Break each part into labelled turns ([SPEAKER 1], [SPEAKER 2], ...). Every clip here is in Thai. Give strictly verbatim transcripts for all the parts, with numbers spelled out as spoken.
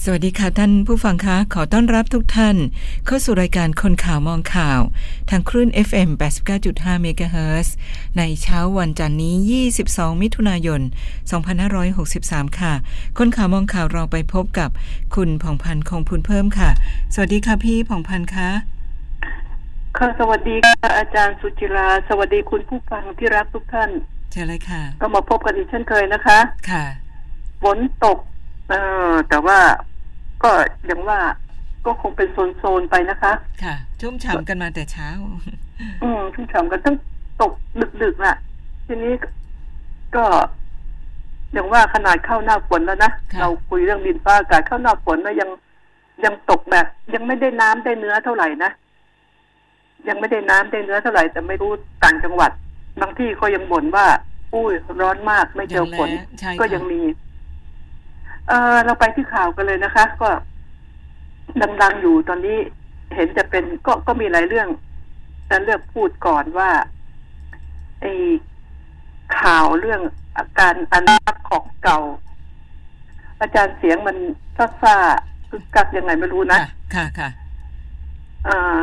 [SPEAKER 1] สวัสดีค่ะท่านผู้ฟังคะขอต้อนรับทุกท่านเข้าสู่รายการคนข่าวมองข่าวทางคลื่น เอฟ เอ็ม แปดสิบเก้าจุดห้า เมกะเฮิรตซ์ในเช้าวันจันทร์นี้ยี่สิบสองมิถุนายนสองพันห้าร้อยหกสิบสามค่ะคนข่าวมองข่าวเราไปพบกับคุณผ่องพันธ์คงพูนเพิ่มค่ะสวัสดีค่ะพี่ผ่องพันธ์คะ
[SPEAKER 2] ค่ะสวัสดีค่ะอาจารย์สุจิราสวัสดีคุณผู้ฟังที่รักทุกท่าน
[SPEAKER 1] เชิญเลยค่ะ
[SPEAKER 2] ก็มาพบกันอีกเช่นเคยนะคะ
[SPEAKER 1] ค่ะ
[SPEAKER 2] ฝนตกเอ่อแต่ว่าก็อย่างว่าก็คงเป็นโซนๆไปนะคะ
[SPEAKER 1] ค่ะชุ่มฉ่ำกันมาแต่เช้า
[SPEAKER 2] อืมชุ่มฉ่ำกันตั้งตกดึกๆน่ะทีนี้ก็อย่างว่าขนาดเข้าหน้าฝนแล้วนะเราคุยเรื่องดินฟ้าอากาศเข้าหน้าฝนแล้วยังยังตกแบบยังไม่ได้น้ำได้เนื้อเท่าไหร่นะยังไม่ได้น้ำได้เนื้อเท่าไหร่แต่ไม่รู้ต่างจังหวัดบางที่เขายังบ่นว่าอุ้ยร้อนมากไม่เจอฝนก็ยังมีเออเราไปที่ข่าวกันเลยนะคะก็ดังๆอยู่ตอนนี้เห็นจะเป็นก็ก็มีหลายเรื่องแต่เลือกพูดก่อนว่าไอ้ข่าวเรื่องอาการอนุรักษ์ของเก่าอาจารย์เสียงมันซ่าๆคือกักยังไงไม่รู้นะ
[SPEAKER 1] ค่ะค่ะ
[SPEAKER 2] อ่า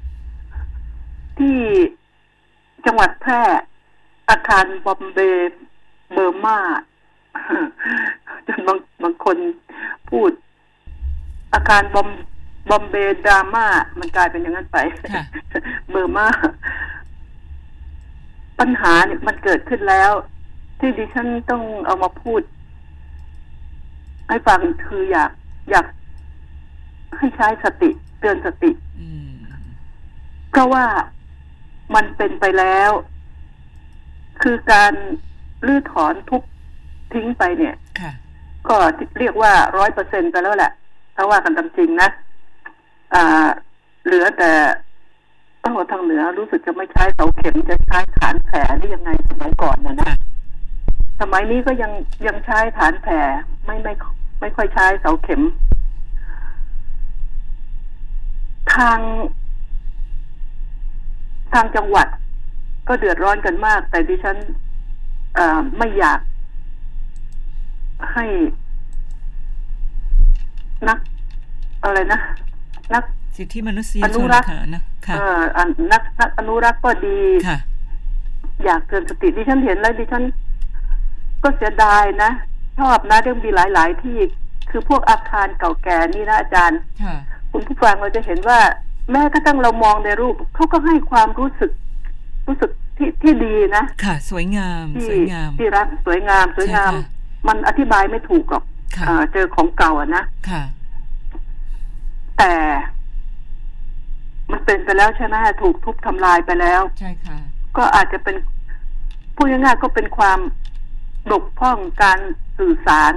[SPEAKER 2] ที่จังหวัดแพร่อาคารบอมเบย์เบอร์มาจนบางบางคนพูดอาคารบอมบอมเบย์ดราม่ามันกลายเป็นอย่างนั้นไปเบอร์มาปัญหาเนี่ยมันเกิดขึ้นแล้วที่ดิฉันต้องเอามาพูดให้ฟังคืออยากอยากให้ใช้สติเตือนสติเพราะว่ามันเป็นไปแล้วคือการรื้อถอนทุบทิ้งไปเนี่ยก็เรียกว่าร้อยเปอร์เซ็นต์ไปแล้วแหละถ้าว่ากันตามจริงนะอ่าเหลือแต่ต้องทางเหนือรู้สึกจะไม่ใช้เสาเข็มจะใช้ฐานแผลได้ยังไงสมัยก่อนนะนะสมัยนี้ก็ยังยังใช้ฐานแผลไม่ไม่ไม่ค่อยใช้เสาเข็มทางทางจังหวัดก็เดือดร้อนกันมากแต่ดิฉันไม่อยากให้นักอะไรนะนัก
[SPEAKER 1] สิทธิมนุษยชน
[SPEAKER 2] อนุรักษ์
[SPEAKER 1] นะค่ะ
[SPEAKER 2] เอ่อนักนักอนุรักษ์ก็ดี
[SPEAKER 1] ค่ะ
[SPEAKER 2] อยากเตือนสติดิฉันเห็นแล้วดิฉันก็เสียดายนะชอบนะเรื่องมีหลายๆที่คือพวกอาคารเก่าแก่นี่นะอาจารย์
[SPEAKER 1] ค่ะ
[SPEAKER 2] คุณผู้ฟังเราจะเห็นว่าแม้กระทั่งเรามองในรูปเขาก็ให้ความรู้สึกรู้สึกที่ที่ดีนะ
[SPEAKER 1] ค่ะสวยงามสวยงาม
[SPEAKER 2] ที่รักสวยงามสวยงามมันอธิบายไม่ถูกหรอกเจอของเก่าอ่ะนะ
[SPEAKER 1] ค่ะ
[SPEAKER 2] แต่มันเป็นไปแล้วใช่ไหมถูกทุบทำลายไปแล้ว
[SPEAKER 1] ใช่ค่ะ
[SPEAKER 2] ก็อาจจะเป็นพูดง่ายๆก็เป็นความบกพร่องการสื่อสาร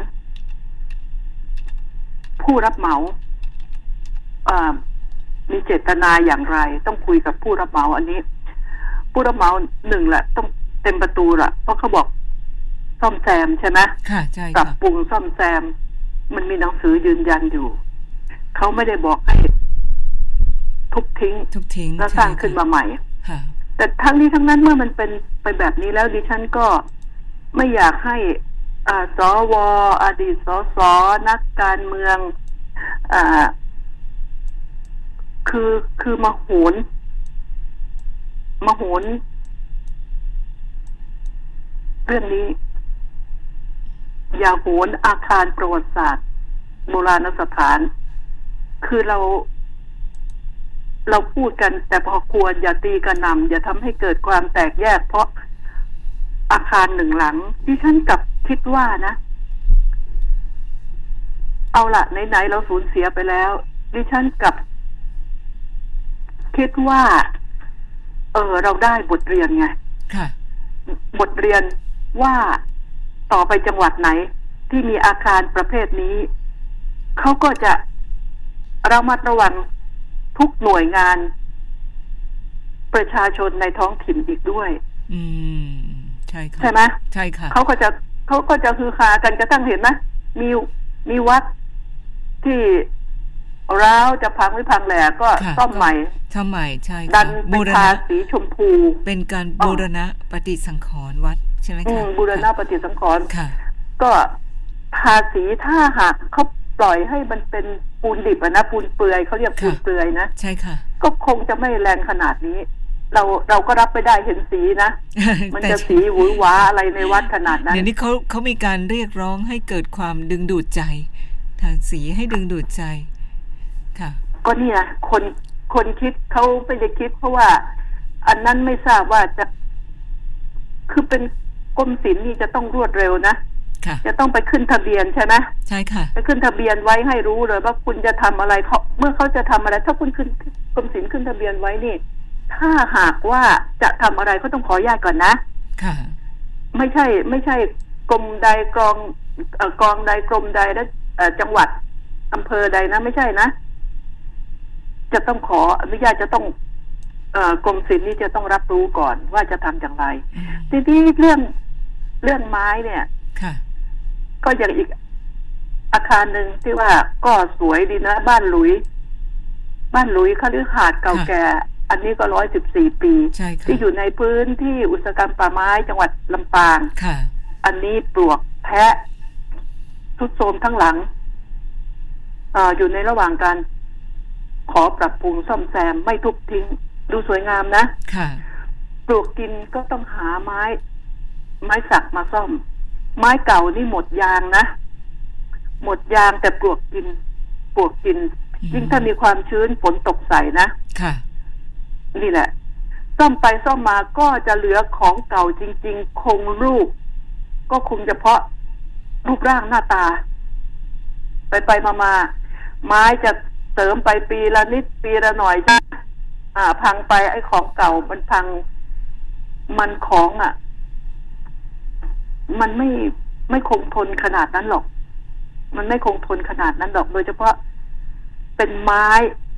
[SPEAKER 2] ผู้รับเหมาอ่ามีเจตนาอย่างไรต้องคุยกับผู้รับเหมาอันนี้ผู้รับเหมาหนึ่งแหละต้องเต็มประตูละเพราะเขาบอกซ่อมแซมใช่ไหม
[SPEAKER 1] ค่ะใช่
[SPEAKER 2] ปรับปรุงซ่อมแซมมันมีหนังสือยืนยันอยู่เขาไม่ได้บอกให้ทุบทิ้ง
[SPEAKER 1] ทุบทิ้ง
[SPEAKER 2] แล้วสร้างขึ้นมาใหม่แต่ทั้งนี้ทั้งนั้นเมื่อมันเป็นไปแบบนี้แล้วดิฉันก็ไม่อยากให้อ่าสวอดีตสสนักการเมืองอ่าคือคือมาโหนมาโหนเรื่องนี้อย่าโหนอาคารประวัติศาสตร์โบราณสถานคือเราเราพูดกันแต่พอควรอย่าตีกระหน่ำอย่าทำให้เกิดความแตกแยกเพราะอาคารหนึ่งหลังที่ฉันกลับคิดว่านะเอาละไหนๆเราสูญเสียไปแล้วดิฉันกลับคิดว่าเออเราได้บทเรียนไง
[SPEAKER 1] ค่ะ
[SPEAKER 2] บทเรียนว่าต่อไปจังหวัดไหนที่มีอาคารประเภทนี้เขาก็จะระมัดระวังทุกหน่วยงานประชาชนในท้องถิ่นอีกด้วย
[SPEAKER 1] อืมใช่ค่ะ
[SPEAKER 2] ใช่ไหม
[SPEAKER 1] ใช่ค่ะ
[SPEAKER 2] เขาก็จะเขาก็จะฮือฮากันกระทั่งเห็นไหมมีมีวัดที่ร้าวจะพังไม่พังแหล่ก็ซ่อมใหม่
[SPEAKER 1] ซ่อมใหม่ใช่ค่ะ
[SPEAKER 2] ดันเป็นทาสีชมพู
[SPEAKER 1] เป็นการบูรณะปฏิสังขรณ์วัดใช่ไหมคะ
[SPEAKER 2] บูรณะปฏิสังขรณ์
[SPEAKER 1] ค่ะ
[SPEAKER 2] ก็ทาสีถ้าหากเขาปปล่อยให้มันเป็นปูนดิบอะนะปูนเปลือยเขาเรียกปูนเปลือยนะ
[SPEAKER 1] ใช่ค่ะ
[SPEAKER 2] ก็คงจะไม่แรงขนาดนี้เราเราก็รับไม่ได้เห็นสีนะ มันจะสีหวือหวาอะไรในวัดขนาดนั้น
[SPEAKER 1] เดี๋ยวนี้เขาเขามีการเรียกร้องให้เกิดความดึงดูดใจทางสีให้ดึงดูดใจค่ะ
[SPEAKER 2] ก็นี่นะคนคนคิดเขาไม่ได้คิดเพราะว่าอันนั้นไม่ทราบว่าจะคือเป็นกรมศิลป์นี่จะต้องรวดเร็วนะจะต้องไปขึ้นทะเบียนใช่ไหม
[SPEAKER 1] ใช่ค่ะ
[SPEAKER 2] ไปขึ้นทะเบียนไว้ให้รู้เลยว่าคุณจะทำอะไรเขาเมื่อเขาจะทำอะไรถ้าคุณขึ้นกรมศิลป์ขึ้นทะเบียนไว้นี่ถ้าหากว่าจะทำอะไรก็ต้องขออนุญาตก่อนนะ
[SPEAKER 1] ค่ะ
[SPEAKER 2] ไม่ใช่ไม่ใช่กรมใดกองเอ่อกองใดกรมใดและจังหวัดอำเภอใดนะไม่ใช่นะจะต้องขออนุญาตจะต้องเอ่อกรมศิลป์นี่จะต้องรับรู้ก่อนว่าจะทำอย่างไรทีนี้เรื่องเรื่องไม้เนี่ยก็อย่างอีกอาคารหนึ่งที่ว่าก็สวยดีนะบ้านหลุยบ้านหลุยคฤหาสน์เก่าแก่อันนี้ก็ร้อยสิบสี่ปีที่อยู่ในพื้นที่อุตสาหกรรมป่าไม้จังหวัดลำปางอันนี้ปลวกแพะทุดโทรมทั้งหลังเอ่ออยู่ในระหว่างการขอปรับปรุงซ่อมแซมไม่ทุบทิ้งดูสวยงามนะปลวกกินก็ต้องหาไม้ไม้สักมาซ่อมไม้เก่านี่หมดยางนะหมดยางแต่ปลวกกินปลวกกินยิ่งถ้ามีความชื้นฝนตกใส่นะนี่แหละซ่อมไปซ่อมมาก็จะเหลือของเก่าจริงๆคงรูปก็คงเฉพาะรูปร่างหน้าตาไปไปมามาไม้จะเสริมไปปีละนิดปีละหน่อยอ่าพังไปไอ้ของเก่ามันพังมันของอ่ะมันไม่ไม่คงทนขนาดนั้นหรอกมันไม่คงทนขนาดนั้นหรอกโดยเฉพาะเป็นไม้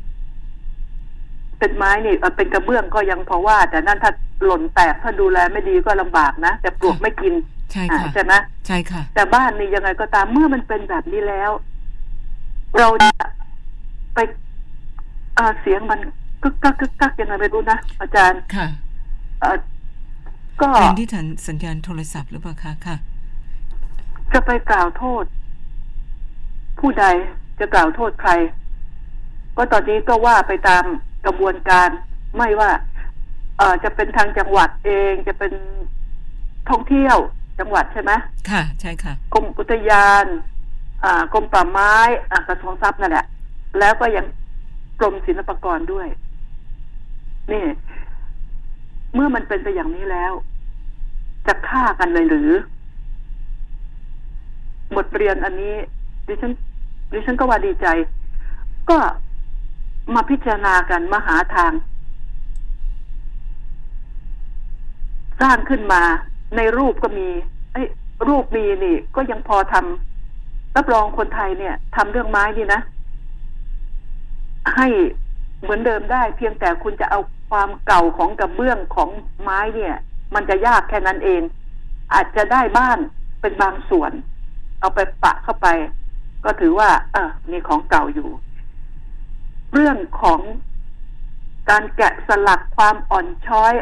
[SPEAKER 2] เป็นไม้นี่เป็นกระเบื้องก็ยังพอว่าแต่นั่นถ้าหล่นแตกถ้าดูแลไม่ดีก็ลำบากนะแต่ปลวกไม่กิน
[SPEAKER 1] ใช่ค่ะ
[SPEAKER 2] ใช่ไหม
[SPEAKER 1] ใช่ค่ะ
[SPEAKER 2] แต่บ้านนี่ยังไงก็ตามเมื่อมันเป็นแบบนี้แล้วเราจะไปอ่าเสียงมันกึกกักกึกกักยังไงไม่รู้นะอาจารย์
[SPEAKER 1] ค่ะ
[SPEAKER 2] เอ่อก็
[SPEAKER 1] เป็นที่สัญญาณโทรศัพท์หรือเปล่าคะค่ะ
[SPEAKER 2] จะไปกล่าวโทษผู้ใดจะกล่าวโทษใครก็ตอนนี้ก็ว่าไปตามกระบวนการไม่ว่าเอ่อจะเป็นทางจังหวัดเองจะเป็นท่องเที่ยวจังหวัดใช่ไหม
[SPEAKER 1] ค่ะใช่ค่ะ
[SPEAKER 2] กรมอุทยานอ่ากรมป่าไม้อ่ากระทรวงทรัพย์นั่นแหละแล้วก็ยังกรมศิลปากรด้วยนี่เมื่อมันเป็นไปอย่างนี้แล้วจะฆ่ากันเลยหรือบทเรียนอันนี้ดิฉันดิฉันก็ว่าดีใจก็มาพิจารณากันมาหาทางสร้างขึ้นมาในรูปก็มีไอ้รูปมีนี่ก็ยังพอทำรับรองคนไทยเนี่ยทำเรื่องไม้นี่นะให้เหมือนเดิมได้เพียงแต่คุณจะเอาความเก่าของกระเบื้องของไม้เนี่ยมันจะยากแค่นั้นเองอาจจะได้บ้านเป็นบางส่วนเอาไปปะเข้าไปก็ถือว่าเออมีของเก่าอยู่เรื่องของการแกะสลักความอ่อนช้อย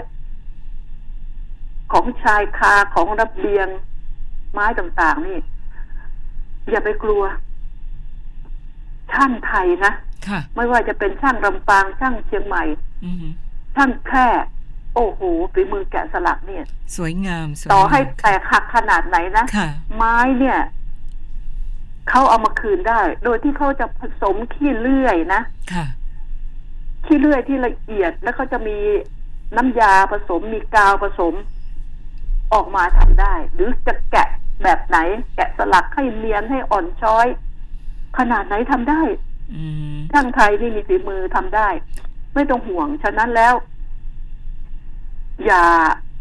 [SPEAKER 2] ของชายคาของระเบียงไม้ต่างๆนี่อย่าไปกลัวช่างไทยนะไม่ว่าจะเป็นช่างลำปางช่างเชียงใหม่ช่างแพร่โอ้โหฝีมือแกะสลักเนี่ย
[SPEAKER 1] สวยงาม
[SPEAKER 2] ต่อให้แตกหักขนาดไหนนะไม้เนี่ยเขาเอามาคืนได้โดยที่เขาจะผสมขี้เลื่อยนะขี้เลื่อยที่ละเอียดแล้วเขาจะมีน้ำยาผสมมีกาวผสมออกมาทำได้หรือจะแกะแบบไหนแกะสลักให้เนียนให้อ่อนช้อยขนาดไหนทำได้ช่างไทยนี่มีฝีมือทำได้ไม่ต้องห่วงฉะนั้นแล้วอย่า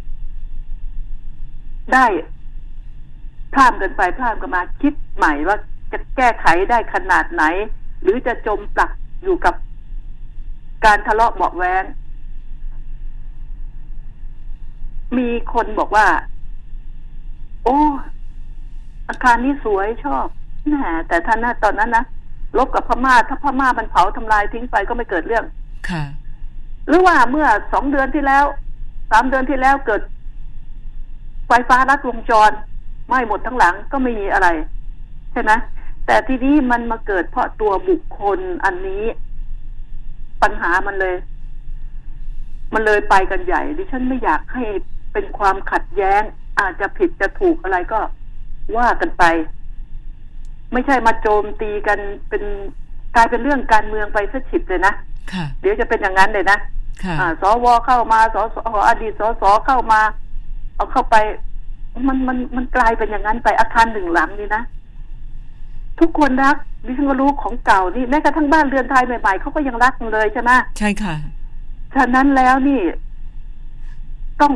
[SPEAKER 2] ได้พลาดกันไปพลาดกันมาคิดใหม่ว่าจะแก้ไขได้ขนาดไหนหรือจะจมปลักอยู่กับการทะเลาะเบาะแว้งมีคนบอกว่าโอ้อาคารนี้สวยชอบแหมแต่ท่านนะตอนนั้นนะลบกับพม่าถ้าพม่ามันเผาทำลายทิ้งไปก็ไม่เกิดเรื่อง
[SPEAKER 1] ค่ะ
[SPEAKER 2] หรือว่าเมื่อสองเดือนที่แล้วสามเดือนที่แล้วเกิดไฟฟ้าลัดวงจรไหม้หมดทั้งหลังก็ไม่มีอะไรใช่ไหมแต่ทีนี้มันมาเกิดเพราะตัวบุคคลอันนี้ปัญหามันเลย มันเลยไปกันใหญ่ดิฉันไม่อยากให้เป็นความขัดแย้งอาจจะผิดจะถูกอะไรก็ว่ากันไปไม่ใช่มาโจมตีกันเป็นกลายเป็นเรื่องการเมืองไปซะฉิบเลยนะเดี๋ยวจะเป็นอย่างนั้นเลยนะสวเข้ามาสสอดีตสสเข้ามาเอาเข้าไปมันมันมันกลายเป็นอย่างนั้นไปอาคารหนึ่งหลังนี่นะทุกคนรักดิฉันก็รู้ของเก่านี่แม้กระทั่งบ้านเรือนไทยใหม่ๆเขาก็ยังรักเลยใช่ไหม
[SPEAKER 1] ใช่ค่ะ
[SPEAKER 2] ฉะนั้นแล้วนี่ต้อง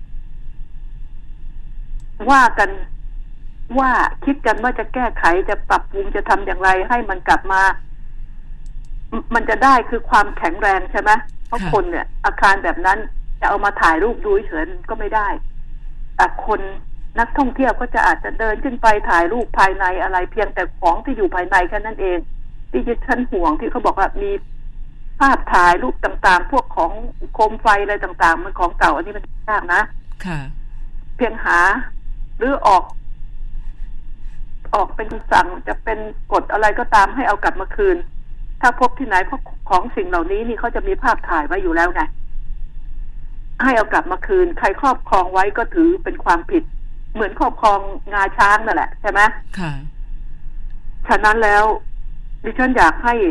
[SPEAKER 2] ว่ากันว่าคิดกันว่าจะแก้ไขจะปรับปรุงจะทำอย่างไรให้มันกลับมามันจะได้คือความแข็งแรงใช่ไหมเพราะคนเนี่ยอาคารแบบนั้นจะเอามาถ่ายรูปดูเฉยๆก็ไม่ได้แต่คนนักท่องเที่ยวก็จะอาจจะเดินขึ้นไปถ่ายรูปภายในอะไรเพียงแต่ของที่อยู่ภายในแค่นั้นเองที่ดิฉันห่วงที่เขาบอกว่ามีภาพถ่ายรูปต่างๆพวกของโคมไฟอะไรต่างๆมันของเก่าอันนี้มันยากนะ
[SPEAKER 1] ค่ะ
[SPEAKER 2] เพียงหาหรือออกออกเป็นสั่งจะเป็นกฎอะไรก็ตามให้เอากลับมาคืนถ้าพบที่ไหนเพราะของสิ่งเหล่านี้นี่เขาจะมีภาพถ่ายไว้อยู่แล้วไงให้เอากลับมาคืนใครครอบครองไว้ก็ถือเป็นความผิดเหมือนครอบครองงาช้างนั่นแหละใช่ไหม
[SPEAKER 1] ค่ะ
[SPEAKER 2] ฉะนั้นแล้วดิฉันอยากให้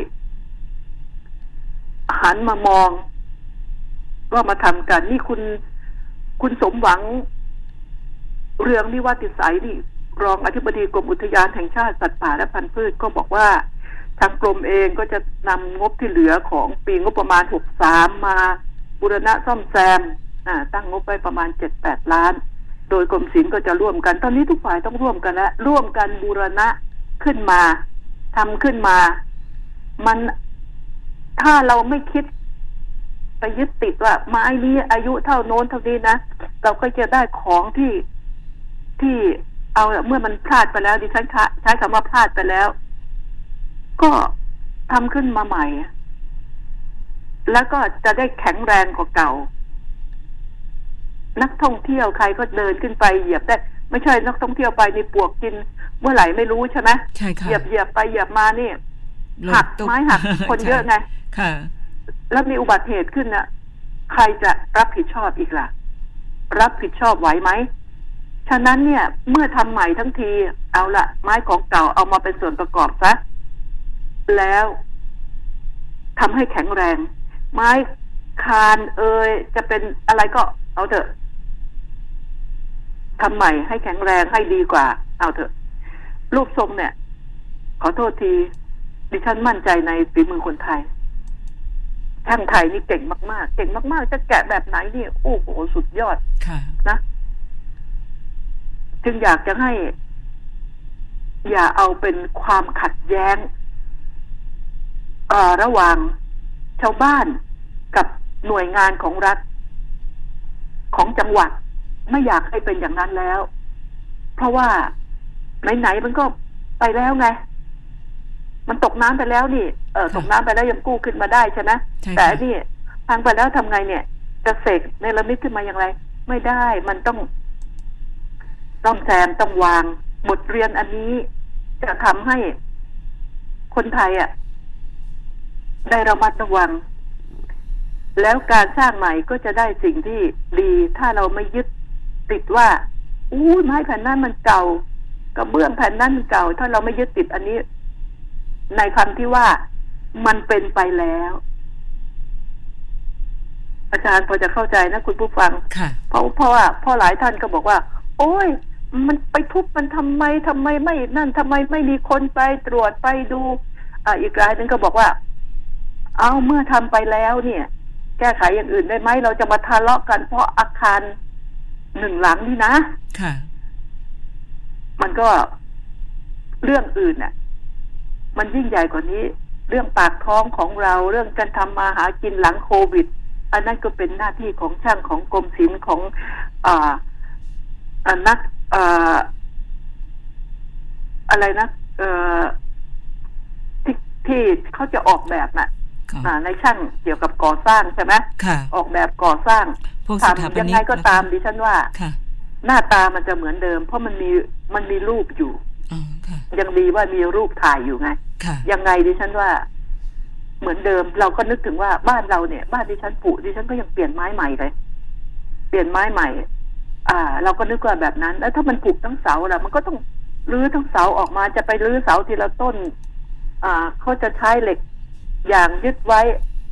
[SPEAKER 2] หันมามองว่ามาทำกันนี่คุณคุณสมหวังเรืองนิวัติไสยนี่รองอธิบดีกรมอุทยานแห่งชาติสัตว์ป่าและพันธุ์พืชก็บอกว่าทางกรมเองก็จะนำงบที่เหลือของปีงบประมาณหกสิบสามมาบูรณะซ่อมแซมอ่าตั้งงบไว้ประมาณ เจ็ดแปด ล้านโดยกรมศิลป์ก็จะร่วมกันตอนนี้ทุกฝ่ายต้องร่วมกันและร่วมกันบูรณะขึ้นมาทำขึ้นมามันถ้าเราไม่คิดไปยึดติดว่าไม้นี้อายุเท่าโน้นเท่านี้นะเราก็จะได้ของที่ที่เอาเมื่อมันพลาดไปแล้วดิฉันใช้คำว่าพลาดไปแล้วก็ทำขึ้นมาใหม่แล้วก็จะได้แข็งแรงกว่าเก่านักท่องเที่ยวใครก็เดินขึ้นไปเหยียบได้ไม่ใช่นักท่องเที่ยวไปในปวกกินเมื่อไหร่ไม่รู้ใช่ไหม
[SPEAKER 1] ใช่ค่ะ
[SPEAKER 2] เหยียบเหยียบไปเหยียบมานี่หักไม้หักคนเยอะไง
[SPEAKER 1] ค่ะ
[SPEAKER 2] แล้วมีอุบัติเหตุขึ้นน่ะใครจะรับผิดชอบอีกล่ะรับผิดชอบไหวไหมฉะนั้นเนี่ยเมื่อทำใหม่ทั้งทีเอาละไม้ของเก่าเอามาเป็นส่วนประกอบซะแล้วทำให้แข็งแรงไม้คานเอ่ยจะเป็นอะไรก็เอาเถอะทำใหม่ให้แข็งแรงให้ดีกว่าเอาเถอะรูปทรงเนี่ยขอโทษทีดิฉันมั่นใจในฝีมือคนไทยช่างไทยนี่เก่งมากๆเก่งมากๆจะแกะแบบไหนนี่โอ้โหสุดยอดนะจึงอยากจะให้อย่าเอาเป็นความขัดแย้งเอ่อระหว่างชาวบ้านกับหน่วยงานของรัฐของจังหวัดไม่อยากให้เป็นอย่างนั้นแล้วเพราะว่าไหนๆมันก็ไปแล้วไงมันตกน้ำไปแล้วนี่เออตกน้ำไปแล้วยังกู้ขึ้นมาได้ใช่ไหมแต่นี่พังไปแล้วทำไงเนี่ยจะเสกเนรมิตขึ้นมาอย่างไรไม่ได้มันต้องต้องแซมต้องวางบทเรียนอันนี้จะทำให้คนไทยอ่ะได้ระมัดระวังแล้วการสร้างใหม่ก็จะได้สิ่งที่ดีถ้าเราไม่ยึดติดว่าอู้ไม้แผ่นนั้นมันเก่ากระเบื้องแผ่นนั้นมันเก่าถ้าเราไม่ยึดติดอันนี้ในคำที่ว่ามันเป็นไปแล้วอาจารย์พอจะเข้าใจนะคุณผู้ฟังเพราะเพราะว่าพ่อหลายท่านก็บอกว่าโอ้ยมันไปทุบมันทำไมทำไมไม่นั่นทำไมไม่มีคนไปตรวจไปดูอ่าอีกรายนึงก็บอกว่าเอาเมื่อทำไปแล้วเนี่ยแก้ไขอย่างอื่นได้ไหมเราจะมาทะเลาะกันเพราะอาคารหนึ่งหลังนี่นะ
[SPEAKER 1] ค่ะ
[SPEAKER 2] มันก็เรื่องอื่นน่ะมันยิ่งใหญ่กว่านี้เรื่องปากท้องของเราเรื่องการทำมาหากินหลังโควิดอันนั้นก็เป็นหน้าที่ของช่างของกรมศิลป์ของอ่านักอ่าอะไรนะเอ่อที่ที่เขาจะออกแบบน่ะในช่างเกี่ยวกับก่อสร้างใช่ไหมออกแบบก่อสร้างทำยังไงก็ตามดิฉันว่าหน้าตามันจะเหมือนเดิมเพราะมันมีมันมีรูปอยู่
[SPEAKER 1] อ๋อค่ะ
[SPEAKER 2] ยังดีว่ามีรูปถ่ายอยู่ไงยังไงดิฉันว่าเหมือนเดิมเราก็นึกถึงว่าบ้านเราเนี่ยบ้านดิฉันผุดิฉันก็ยังเปลี่ยนไม้ใหม่เลยเปลี่ยนไม้ใหม่อ่าเราก็นึกว่าแบบนั้นแล้วถ้ามันผุทั้งเสาล่ะมันก็ต้องรื้อทั้งเสาออกมาจะไปรื้อเสาทีละต้นอ่าเขาจะใช้เหล็กอย่างยึดไว้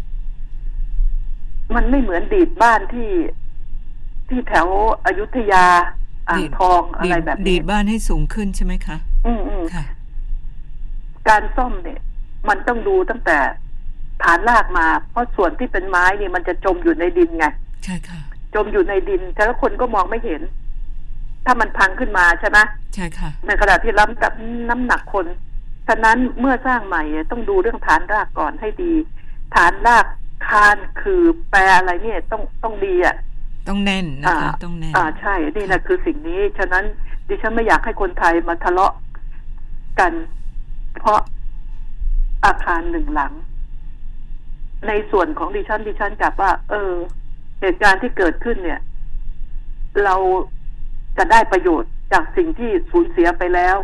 [SPEAKER 2] มันไม่เหมือนดีดบ้านที่ที่แถวอยุธยาอ่างทองอะไรแบบนี้
[SPEAKER 1] ดีดบ้านให้สูงขึ้นใช่ไหมคะ
[SPEAKER 2] อืมอืมค่ะการซ่อมเนี่ยมันต้องดูตั้งแต่ฐานรากมาเพราะส่วนที่เป็นไม้นี่มันจะจมอยู่ในดินไง
[SPEAKER 1] ใช่ค่ะ
[SPEAKER 2] จมอยู่ในดินแต่ละคนก็มองไม่เห็นถ้ามันพังขึ้นมาใช่ไหม
[SPEAKER 1] ใช่ค่ะ
[SPEAKER 2] ในขณะที่รับน้ำหนักคนฉะนั้นเมื่อสร้างใหม่ต้องดูเรื่องฐานรากก่อนให้ดีฐานรากคานคือแปรอะไรเนี่ยต้องต้องดีอ่ะ
[SPEAKER 1] ต้องแน่นนะคะต้องแน่น
[SPEAKER 2] อ่าใช่นี่นะคือสิ่งนี้ฉะนั้นดิฉันไม่อยากให้คนไทยมาทะเลาะกันเพราะอาคารหนึ่งหลังในส่วนของดิฉันดิฉันจับว่าเออเหตุการณ์ที่เกิดขึ้นเนี่ยเราจะได้ประโยชน์จากสิ่งที่สูญเสียไปแล้ว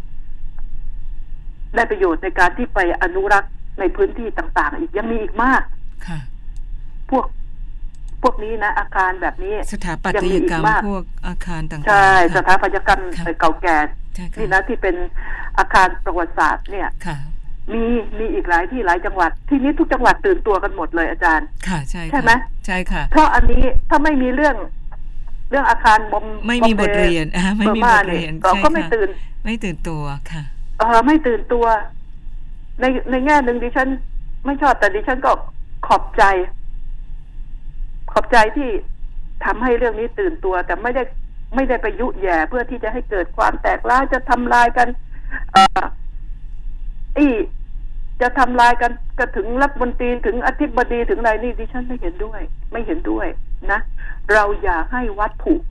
[SPEAKER 2] ได้ประโยชน์ในการที่ไปอนุรักษ์ในพื้นที่ต่างๆอีกยังมีอีกมาก
[SPEAKER 1] ค่ะ
[SPEAKER 2] พวกพวกนี้นะอาคารแบบนี้
[SPEAKER 1] สถาปัตยกรรมพวกอาคารต่างๆ
[SPEAKER 2] ใช่สถาปัตยกรรมเก่าแก่นี่นะที่เป็นอาคารประวัติศาสตร์เนี่ยมีมีอีกหลายที่หลายจังหวัดที่นี้ทุกจังหวัดตื่นตัวกันหมดเลยอาจารย์
[SPEAKER 1] ค่ะใช่
[SPEAKER 2] ใช่ไหม
[SPEAKER 1] ใช่ค่ะ
[SPEAKER 2] เพราะอันนี้ถ้าไม่มีเรื่องเรื่องอาคารบอม
[SPEAKER 1] ไม่มีบทเรียนอ่าไม่มีบทเรียน
[SPEAKER 2] เราก็ไม่ตื่น
[SPEAKER 1] ไม่ตื่นตัวค่ะ
[SPEAKER 2] เออไม่ตื่นตัวในในแง่หนึ่งดิฉันไม่ชอบแต่ดิฉันก็ขอบใจขอบใจที่ทำให้เรื่องนี้ตื่นตัวแต่ไม่ได้ไม่ได้ไปยุแย่เพื่อที่จะให้เกิดความแตกร้าวจะทำลายกันเอ่ออีจะทำลายกันก็ถึงรัฐมนตรีถึงอธิบดีถึงอะไรนี่ดิฉันไม่เห็นด้วยไม่เห็นด้วยนะเราอย่าให้วัตถุ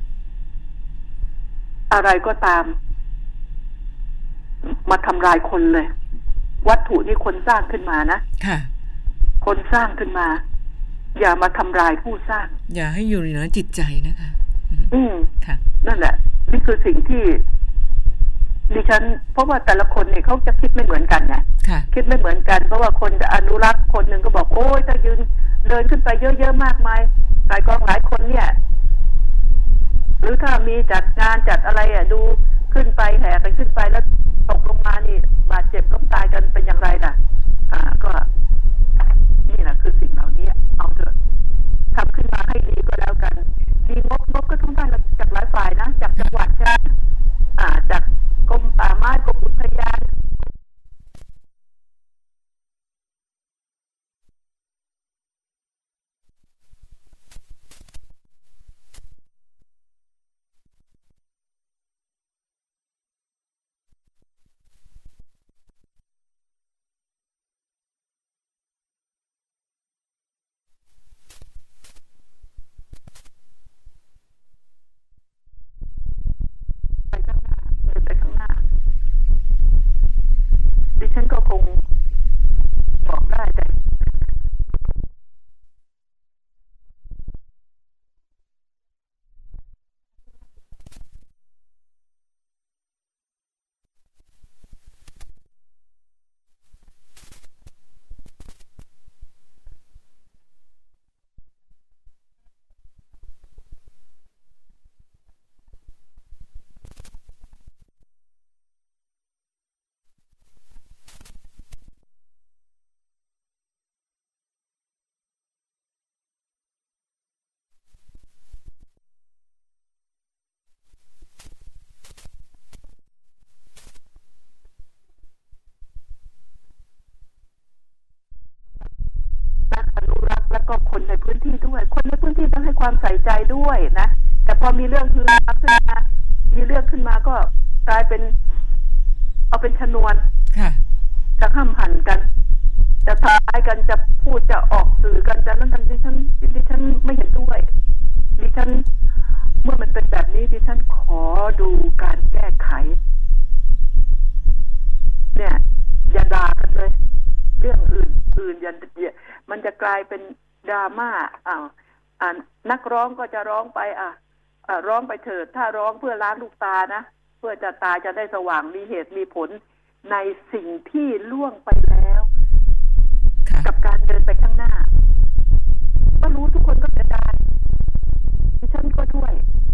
[SPEAKER 2] อะไรก็ตามมาทำลายคนเลยวัตถุนี่คนสร้างขึ้นมานะ
[SPEAKER 1] ค่ะ
[SPEAKER 2] คนสร้างขึ้นมาอย่ามาทำลายผู้สร้าง
[SPEAKER 1] อย่าให้อยู่เหนือจิตใจนะคะ
[SPEAKER 2] อืม
[SPEAKER 1] ค่ะ
[SPEAKER 2] นั่นแหละนี่คือสิ่งที่ดิฉันเพราะว่าแต่ละคนเนี่ยเขาจะคิดไม่เหมือนกันไงคิดไม่เหมือนกันเพราะว่าคนจะอนุรักษ์คนหนึ่งก็บอกโอ้ยถ้ายืนเดินขึ้นไปเยอะๆมากมายหลายกองหลายคนเนี่ยหรือถ้ามีจัดงานจัดอะไรอ่ะดูขึ้นไปแห่กันขึ้นไปแล้วตกลงมานี่บาดเจ็บล้มตายกันเป็นอย่างไรล่ะอ่าก็นี่แหละคือสิ่งเหล่านี้เอาเถอะทำขึ้นมาให้ดีก็แล้วกันมีงบงบก็ต้องได้จากหลายฝ่ายนะจากจังหวัดใช่อ่าจากกรมป่าไม้กรมอุทยานฉันก็คงบอกได้แต่แล้วก็คนในพื้นที่ด้วยคนในพื้นที่ต้องให้ความใส่ใจด้วยนะแต่พอมีเรื่องคือขึ้นมามีเรื่องขึ้นมาก็กลายเป็นเอาเป็นชนวนจะห้ามหันกันจะท้ายกันจะพูดจะออกสื่อกันจะนั่นกันดิฉันดิฉันไม่เห็นด้วยดิฉันเมื่อมันเป็นแบบนี้ดิฉันขอดูการแก้ไขเนี่ยอย่าด่ากันเลยเรื่องอื่นอื่นอย่ามันจะกลายเป็นดราม่าอ่าอ่านักร้องก็จะร้องไปอ่ะอ่าร้องไปเถิดถ้าร้องเพื่อล้างลูกตานะเพื่อจะตาจะได้สว่างมีเหตุมีผลในสิ่งที่ล่วงไปแล้วกับการเดินไปข้างหน้าก็รู้ทุกคนก็จะได้ดิฉันก็ด้วย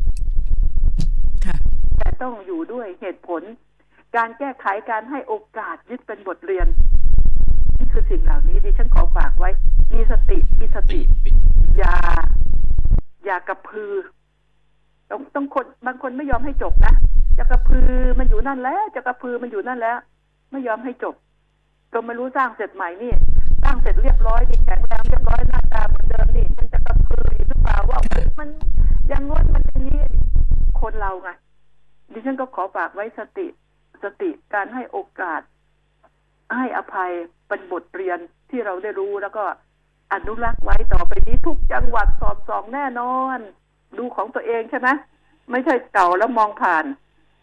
[SPEAKER 2] แต่ต้องอยู่ด้วยเหตุผลการแก้ไขการให้โอกาสยึดเป็นบทเรียนนี่คือสิ่งเหล่านี้ดิฉันขอฝากไว้มีสติมีสติอย่าอย่ากระพือต้องต้องคนบางคนไม่ยอมให้จบนะจะกระพือมันอยู่นั่นแล้วจะกระพือมันอยู่นั่นแล้วไม่ยอมให้จบก็ไม่รู้สร้างเสร็จใหม่นี่สร้างเสร็จเรียบร้อยดีแข็งแรงเรียบร้อยหน้าตาเหมือนเดิมนี่มันจะกระพือหรือเปล่าว่ามันยังงดมันอย่างนี้คนเราไงดิฉันก็ขอฝากไว้สติสติการให้โอกาสให้อภัยเป็นบทเรียนที่เราได้รู้แล้วก็อนุรักษ์ไว้ต่อไปนี้ทุกจังหวัดสอดส่องแน่นอนดูของตัวเองใช่ไหมไม่ใช่เก่าแล้วมองผ่าน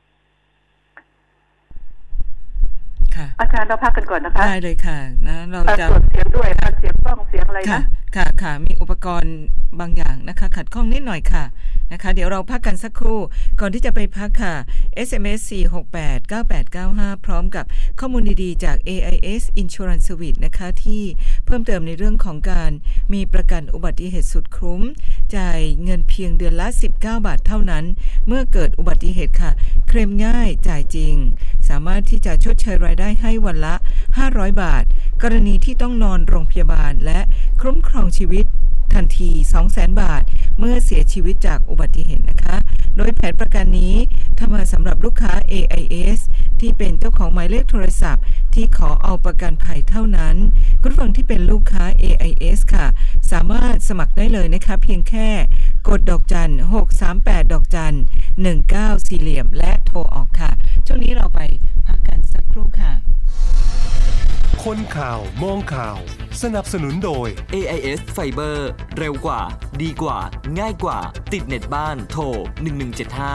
[SPEAKER 2] อาจารย์เราพักกันก่อนนะคะ
[SPEAKER 1] ได้เลยค่ะนะเราจะ
[SPEAKER 2] ตรวจเสียงด้วยการเสียงกล้องเสียงอะไรนะ
[SPEAKER 1] ค่ะค่ะมีอุปกรณ์บางอย่างนะคะขัดข้องนิดหน่อยค่ะนะคะเดี๋ยวเราพักกันสักครู่ก่อนที่จะไปพักค่ะ เอส เอ็ม เอส สี่ หก แปด เก้า แปด เก้า ห้า พร้อมกับข้อมูลดีๆจาก เอ ไอ เอส Insurance Service นะคะที่เพิ่มเติมในเรื่องของการมีประกันอุบัติเหตุสุดคุ้มจ่ายเงินเพียงเดือนละสิบเก้าบาทเท่านั้นเมื่อเกิดอุบัติเหตุค่ะเคลมง่ายจ่ายจริงสามารถที่จะชดเชยรายได้ให้วันละห้าร้อยบาทกรณีที่ต้องนอนโรงพยาบาลและคุ้มครองชีวิตทันที สองแสน บาทเมื่อเสียชีวิตจากอุบัติเหตุนะคะโดยแผนประกันนี้ทำมาสำหรับลูกค้า เอ ไอ เอส ที่เป็นเจ้าของหมายเลขโทรศัพท์ที่ขอเอาประกันภัยเท่านั้นคุณผู้ฟังที่เป็นลูกค้า เอ ไอ เอส ค่ะสามารถสมัครได้เลยนะคะเพียงแค่กดดอกจันหกสามแปดดอกจันหนึ่งเก้าสี่เหลี่ยมและโทรออกค่ะช่วงนี้เราไปพักกันสักครู่ค่ะ
[SPEAKER 3] คนข่าวมองข่าวสนับสนุนโดย
[SPEAKER 4] เอ ไอ เอส Fiber เร็วกว่าดีกว่าง่ายกว่าติดเน็ตบ้านโทรหนึ่งหนึ่งเจ็ดห้า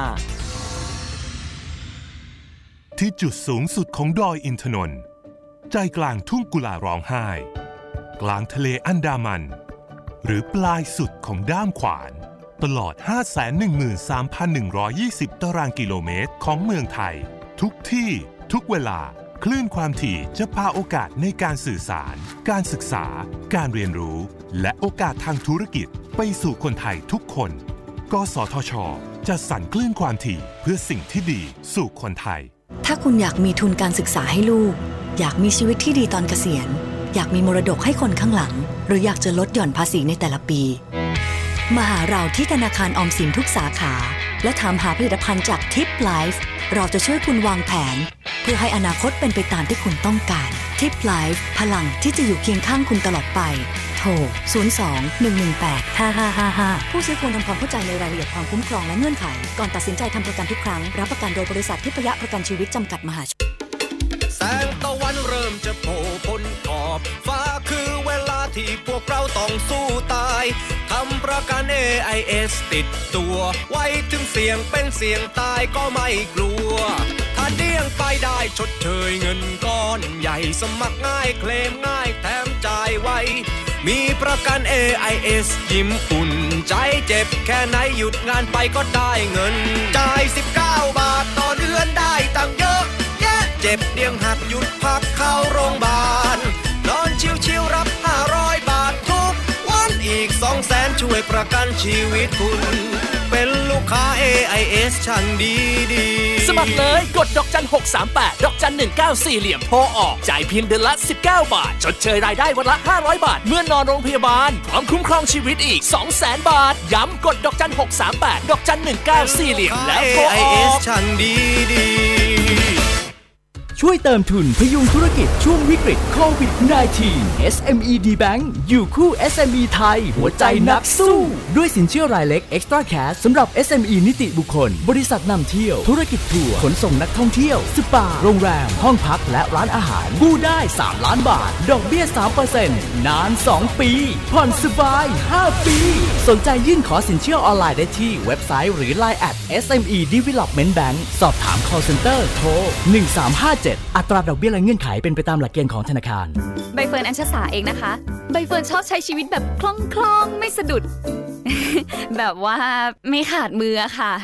[SPEAKER 3] ที่จุดสูงสุดของดอยอินทนนท์ใจกลางทุ่งกุลาร้องไห้กลางทะเลอันดามันหรือปลายสุดของด้ามขวานตลอด ห้าแสนหนึ่งหมื่นสามพันหนึ่งร้อยยี่สิบ ตารางกิโลเมตรของเมืองไทยทุกที่ทุกเวลาคลื่นความถี่จะพาโอกาสในการสื่อสารการศึกษาการเรียนรู้และโอกาสทางธุรกิจไปสู่คนไทยทุกคนกสทช.จะสั่นคลื่นความถี่เพื่อสิ่งที่ดีสู่คนไทย
[SPEAKER 5] ถ้าคุณอยากมีทุนการศึกษาให้ลูกอยากมีชีวิตที่ดีตอนเกษียณอยากมีมรดกให้คนข้างหลังหรืออยากจะลดหย่อนภาษีในแต่ละปีมาหาเราที่ธนาคารออมสินทุกสาขาและถามหาผลิตภัณฑ์จาก ทิป ไลฟ์ เราจะช่วยคุณวางแผนเพื่อให้อนาคตเป็นไปตามที่คุณต้องการ ทิป ไลฟ์ พลังที่จะอยู่เคียงข้างคุณตลอดไปโทรศูนย์ สอง หนึ่ง หนึ่ง แปด ห้า ห้า ห้า ห้าผู้ซื้อควรทำความเข้าใจในรายละเอียดความคุ้มครองและเงื่อนไขก่อนตัดสินใจทำประกันทุกครั้งรับประกันโดยบริษัททิพยประกันชีวิตจำกัดมหาชน
[SPEAKER 6] แสงตะวันเริ่มจะโผล่พ้นขอบฟ้าคือเวลาที่พวกเราต้องสู้ตายทำประกัน เอ ไอ เอส ติดตัวไว้ถึงเสี่ยงเป็นเสี่ยงตายก็ไม่กลัวถ้าเดี้ยงไปได้ชดเชยเงินก้อนใหญ่สมัครง่ายเคลมง่ายแถมจ่ายไวมีประกัน เอ ไอ เอส ยิ้มอุ่นใจเจ็บแค่ไหนหยุดงานไปก็ได้เงินจ่ายสิบเก้าบาทต่อเดือนได้ตั้งเยอะเจ็บเดียงหักหยุดพักเข้าโรงพยาบาลนอนชิวๆรับห้าร้อยบาททุกวันอีก สองแสน ช่วยประกันชีวิตคุณเป็นลูกค้า เอ ไอ เอส ชั้นดีดี
[SPEAKER 7] สมัครเลยกดดอกจันหกสามแปดดอกจันหนึ่งเก้าสี่เหลี่ยมโทรออกจ่ายเพียงเดือนละสิบเก้าบาทชดเชยรายได้วันละห้าร้อยบาทเมื่อนอนโรงพยาบาลพร้อมคุ้มครองชีวิตอีก สองแสน บาทย้ำกดดอกจันหกสามแปดดอกจันหนึ่งเก้าสี่เหลี่ยมแล้วโทรออก เอ ไอ เอส
[SPEAKER 6] ชั้นดีดี
[SPEAKER 7] ช่วยเติมทุนพยุงธุรกิจช่วงวิกฤตโควิด สิบเก้า เอส เอ็ม อี ดี Bank อยู่คู่ เอส เอ็ม อี ไทยหัวใจนักสู้ด้วยสินเชื่อรายเล็ก Extra Cash สำหรับ เอส เอ็ม อี นิติบุคคลบริษัทนำเที่ยวธุรกิจทัวร์ขนส่งนักท่องเที่ยวสปาโรงแรมห้องพักและร้านอาหารกู้ได้สามล้านบาทดอกเบี้ย สามเปอร์เซ็นต์ นานสองปีผ่อนสบายห้าปีสนใจยื่นขอสินเชื่อออนไลน์ได้ที่เว็บไซต์หรือ ไลน์ แอท เอส เอ็ม อี Development Bank สอบถาม call center โทรหนึ่งสามห้าเจ็ดอัตราดอกเบี้ยและเงื่อนไขเป็นไปตามหลักเกณฑ์ของธนาคาร
[SPEAKER 8] ใบเฟิร์นอัญชสาเองนะคะใบเฟิร์นชอบใช้ชีวิตแบบคล่องๆไม่สะดุด แบบว่าไม่ขาดมือค่ะ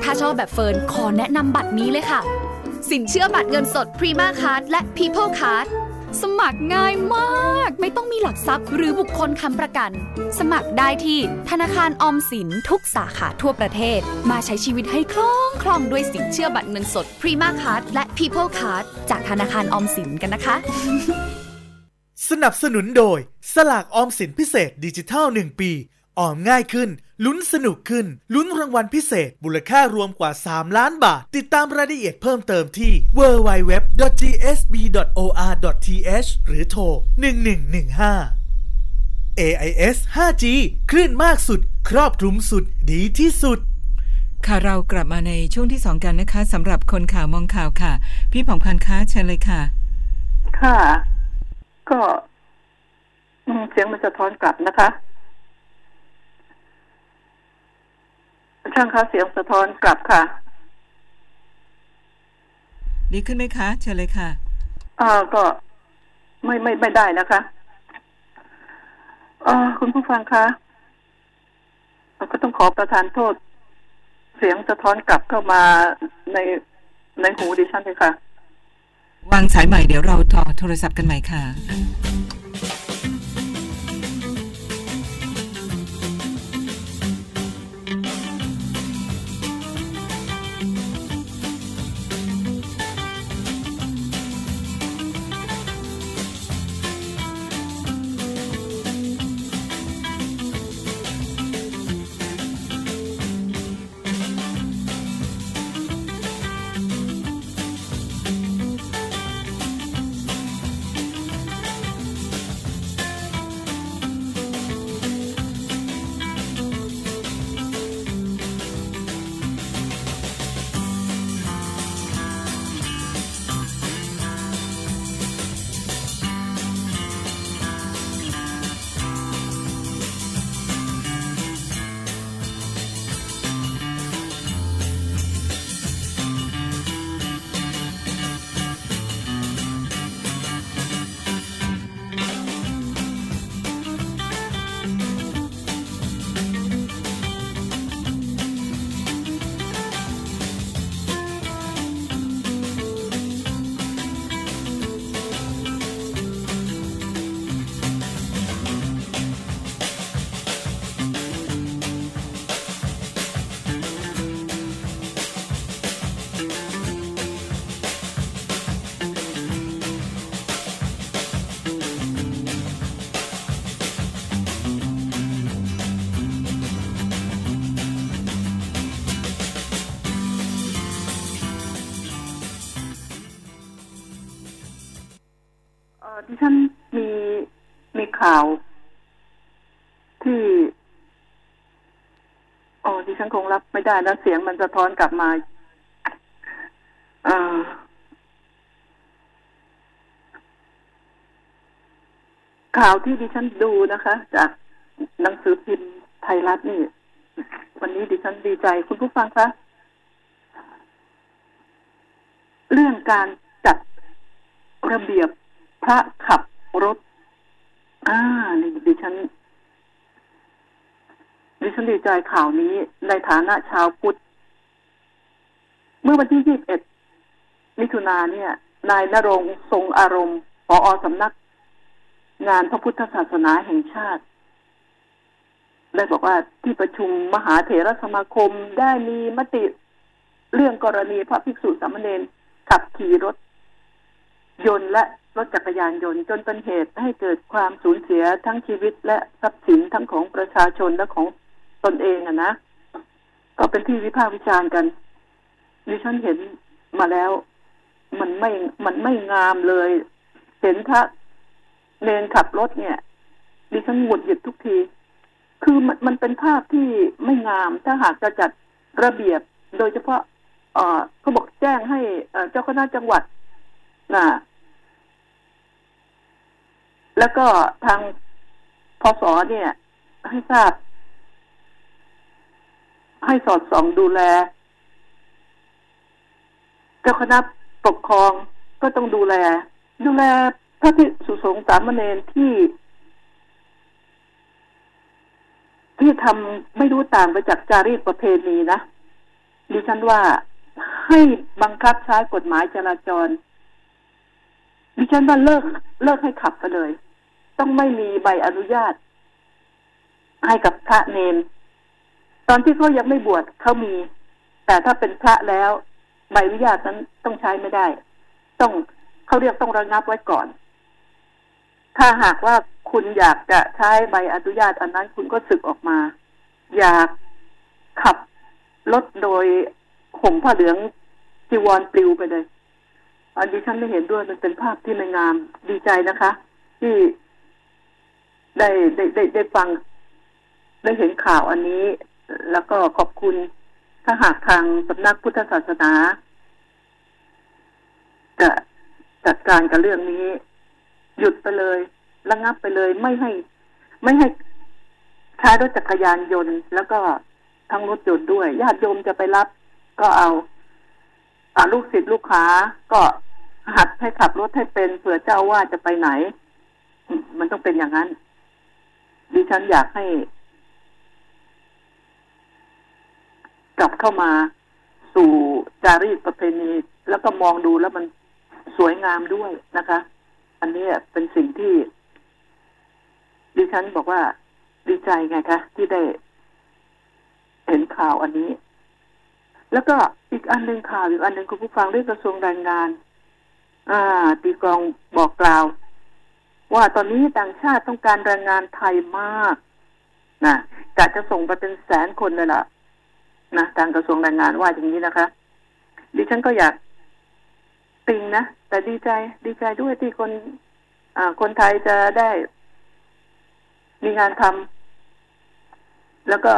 [SPEAKER 8] ถ้าชอบแบบเฟิร์นขอแนะนำบัตรนี้เลยค่ะสินเชื่อบัตรเงินสด Prima Card และ People Card สมัครง่ายมากไม่ต้องมีหลักทรัพย์หรือบุคคลค้ำประกันสมัครได้ที่ธนาคารออมสินทุกสาขาทั่วประเทศมาใช้ชีวิตให้คล่องคล่องด้วยสินเชื่อบัตรเงินสด Prima Card และ People Card จากธนาคารออมสินกันนะคะ
[SPEAKER 9] สนับสนุนโดยสลากออมสินพิเศษดิจิทัลหนึ่งปีออมง่ายขึ้นลุ้นสนุกขึ้นลุ้นรางวัลพิเศษมูลค่ารวมกว่าสามล้านบาทติดตามรายละเอียดเพิ่มเติมที่ ดับเบิลยู ดับเบิลยู ดับเบิลยู ดอท จี เอส บี ดอท โอ อาร์ ดอท ที เอช หรือโทรหนึ่งหนึ่งหนึ่งห้า เอ ไอ เอส ห้าจี คลื่นมากสุดครอบคลุมสุดดีที่สุด
[SPEAKER 1] ค่ะเรากลับมาในช่วงที่สองกันนะคะสำหรับคนข่าวมองข่าวค่ะพี่ผ่องพันธ์คะเชิญเลยค่ะ
[SPEAKER 2] ค่ะก็เสียงมันสะท้อนกลับนะคะช่างคะเสียงสะท้อนกลับค่ะ
[SPEAKER 1] ดีขึ้นไหมคะเชิญเลยค่ะ
[SPEAKER 2] อ่าก็ไม่ไม่ไม่ได้นะคะอ่าคุณผู้ฟังคะเราก็ต้องขอประทานโทษเสียงสะท้อนกลับเข้ามาในในหูดิฉันเลยค่ะ
[SPEAKER 1] วางสายใหม่เดี๋ยวเราต่อโทรศัพท์กันใหม่ค่ะ
[SPEAKER 2] ดิฉันมีมีข่าวที่อ๋อดิฉันคงรับไม่ได้แล้วเสียงมันสะท้อนกลับมาอ่าข่าวที่ดิฉันดูนะคะจากหนังสือพิมพ์ไทยรัฐนี่วันนี้ดิฉันดีใจคุณผู้ฟังคะเรื่องการจัดระเบียบพระขับรถอ่านี่ดิฉันดิฉันดีใจข่าวนี้ในฐานะชาวพุทธเมื่อวันที่ยี่สิบเอ็ดมิถุนายนเนี่ยนายณรงค์ทรงอารมณ์ผอ.สำนักงานพระพุทธศาสนาแห่งชาติได้บอกว่าที่ประชุมมหาเถรสมาคมได้มีมติเรื่องกรณีพระภิกษุสามเณรขับขี่รถยนต์และรถจักรยานยนต์จนเป็นเหตุให้เกิดความสูญเสียทั้งชีวิตและทรัพย์สินทั้งของประชาชนและของตนเองอะนะก็เป็นที่วิพากษ์วิจารณ์กันดิฉันเห็นมาแล้วมันไม่มันไม่งามเลยเห็นพระเนรขับรถเนี่ยดิฉันหงุดหงิดทุกทีคือมันมันเป็นภาพที่ไม่งามถ้าหากจะจัดระเบียบโดยเฉพาะเอ่อเขาบอกแจ้งให้เจ้าคณะจังหวัดน่ะแล้วก็ทางพส.เนี่ยให้ทราบให้สอดส่องดูแลเจ้าคณะปกครองก็ต้องดูแลดูแลพระภิกษุสงฆ์สามเณรที่ที่ทำไม่รู้ต่างไปจากจารีตประเพณีนะดิฉันว่าให้บังคับใช้กฎหมายจราจรดิฉันว่าเลิกเลิกให้ขับไปเลยต้องไม่มีใบอนุญาตให้กับพระเนรตอนที่เขายังไม่บวชเขามีแต่ถ้าเป็นพระแล้วใบอนุญาตนั้นต้องใช้ไม่ได้ต้องเขาเรียกต้องระงับไว้ก่อนถ้าหากว่าคุณอยากจะใช้ใบอนุญาตอันนั้นคุณก็สึกออกมาอยากขับรถโดยห่มผ้าเหลืองจีวรปลิวไปเลยอันดิฉันไม่เห็นด้วยมันเป็นภาพที่ไม่งามดีใจนะคะที่ได้ได้ได้ได้ฟังได้เห็นข่าวอันนี้แล้วก็ขอบคุณถ้าหากทางสำนักพุทธศาสนาจะจัดการกับเรื่องนี้หยุดไปเลยระงับไปเลยไม่ให้ไม่ให้ใช้รถจักรยานยนต์แล้วก็ทั้งรถยนต์ด้วยญาติโยมจะไปรับก็เอาอ่าลูกศิษย์ลูกค้าก็หัดให้ขับรถให้เป็นเผื่อเจ้าว่าจะไปไหนมันต้องเป็นอย่างนั้นดิฉันอยากให้กลับเข้ามาสู่จารีตประเพณีแล้วก็มองดูแล้วมันสวยงามด้วยนะคะอันนี้เป็นสิ่งที่ดิฉันบอกว่าดีใจไงคะที่ได้เห็นข่าวอันนี้แล้วก็อีกอันนึงข่าวอีกอันนึงคุณผู้ฟังเรื่องกระทรวงแรงงานอ่าตีกองบอกกล่าวว่าตอนนี้ต่างชาติต้องการแรงงานไทยมากนะกะจะส่งไปเป็นแสนคนเลยล่ะนะทางกระทรวงแรงงานว่าอย่างนี้นะคะดิฉันก็อยากติงนะแต่ดีใจดีใจด้วยที่คนอ่าคนไทยจะได้มีงานทำแล้วก็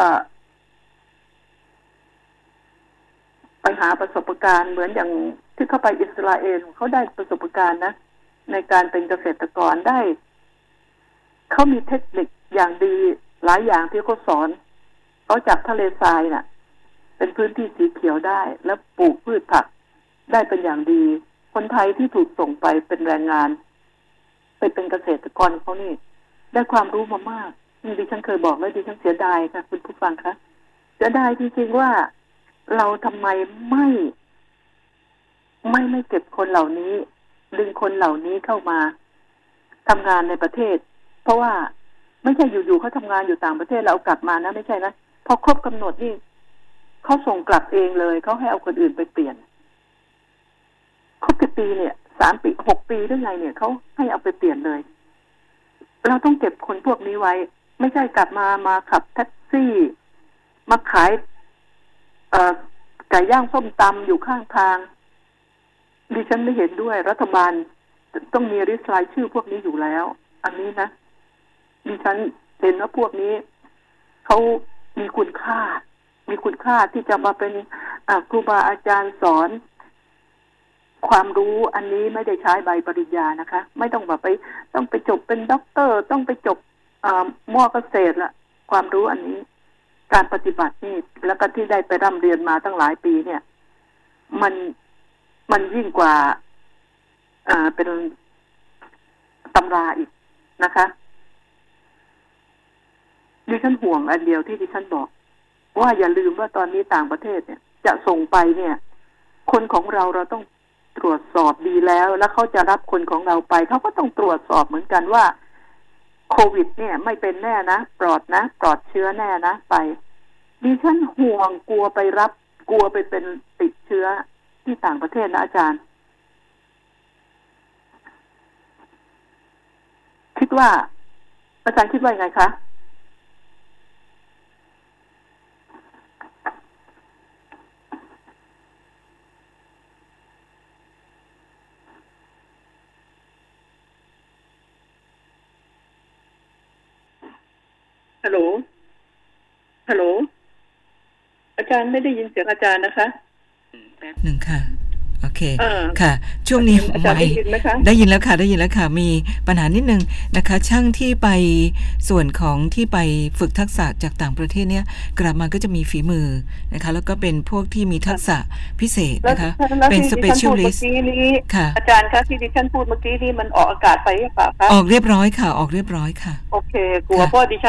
[SPEAKER 2] ไปหาประสบการณ์เหมือนอย่างที่เข้าไปอิสราเอลเขาได้ประสบการณ์นะในการเป็นเกษตรกรได้เขามีเทคนิคอย่างดีหลายอย่างที่เขาสอนเขาจากทะเลทรายน่ะเป็นพื้นที่สีเขียวได้แล้วปลูกพืชผักได้เป็นอย่างดีคนไทยที่ถูกส่งไปเป็นแรงงานไปเป็นเกษตรกรเขานี่ได้ความรู้มามากนี่ดิฉันเคยบอกแล้วดิฉันเสียดายค่ะคุณผู้ฟังคะเสียดายจริงๆว่าเราทำไมไม่ไม่ไม่เก็บคนเหล่านี้ดึงคนเหล่านี้เข้ามาทำงานในประเทศเพราะว่าไม่ใช่อยู่ๆเขาทำงานอยู่ต่างประเทศแล้วเอากลับมานะไม่ใช่นะพอครบกำหนดนี่เขาส่งกลับเองเลยเขาให้เอาคนอื่นไปเปลี่ยนครบกี่ปีเนี่ยสามปีหกปีหรือไงเนี่ยเขาให้เอาไปเปลี่ยนเลยเราต้องเก็บคนพวกนี้ไว้ไม่ใช่กลับมามาขับแท็กซี่มาขายเอ่อไก่ย่างส้มตำอยู่ข้างทางดิฉันไม่เห็นด้วยรัฐบาลต้องมีริสไลด์ชื่อพวกนี้อยู่แล้วอันนี้นะดิฉันเห็นว่าพวกนี้เขามีคุณค่ามีคุณค่าที่จะมาเป็นครูบาอาจารย์สอนความรู้อันนี้ไม่ได้ใช้ใบปริญญานะคะไม่ต้องแบบไปต้องไปจบเป็นด็อกเตอร์ต้องไปจบมอเกษตรละความรู้อันนี้การปฏิบัตินี่แล้วก็ที่ได้ไปร่ำเรียนมาตั้งหลายปีเนี่ยมันมันยิ่งกว่าอ่าเป็นตำราอีกนะคะดิฉันห่วงอันเดียวที่ดิฉันบอกว่าอย่าลืมว่าตอนนี้ต่างประเทศเนี่ยจะส่งไปเนี่ยคนของเราเราต้องตรวจสอบดีแล้วแล้วเขาจะรับคนของเราไปเขาก็ต้องตรวจสอบเหมือนกันว่าโควิดเนี่ยไม่เป็นแน่นะปลอดนะปลอดเชื้อแน่นะไปดิฉันห่วงกลัวไปรับกลัวไปเป็นติดเชื้อที่ต่างประเทศนะอาจารย์คิดว่าอาจารย์คิดว่ายังไงคะฮัลโหลฮัลโหลอาจารย์ไม่ได้ยินเสียงอาจารย์นะคะ
[SPEAKER 1] แป๊บหนึ่งค่ะโอเคค่ะช่วงนี้ไม่ได้ยินแล้วค่ะได้ยินแล้วค่ะมีปัญหานิดนึงนะคะช่างที่ไปส่วนของที่ไปฝึกทักษะจากต่างประเทศเนี่ยกลับมาก็จะมีฝีมือนะคะแล้วก็เป็นพวกที่มีทักษะพิเศษนะคะเป็น specialist
[SPEAKER 2] ค่ะอาจารย์คะที่ดิฉันพูดเมื่อกี้นี่มันออกอากาศไปหรือเปล่าคะ
[SPEAKER 1] ออกเรียบร้อยค่ะออกเรียบร้อยค่ะ
[SPEAKER 2] โอเคกลัวเพราะดิฉัน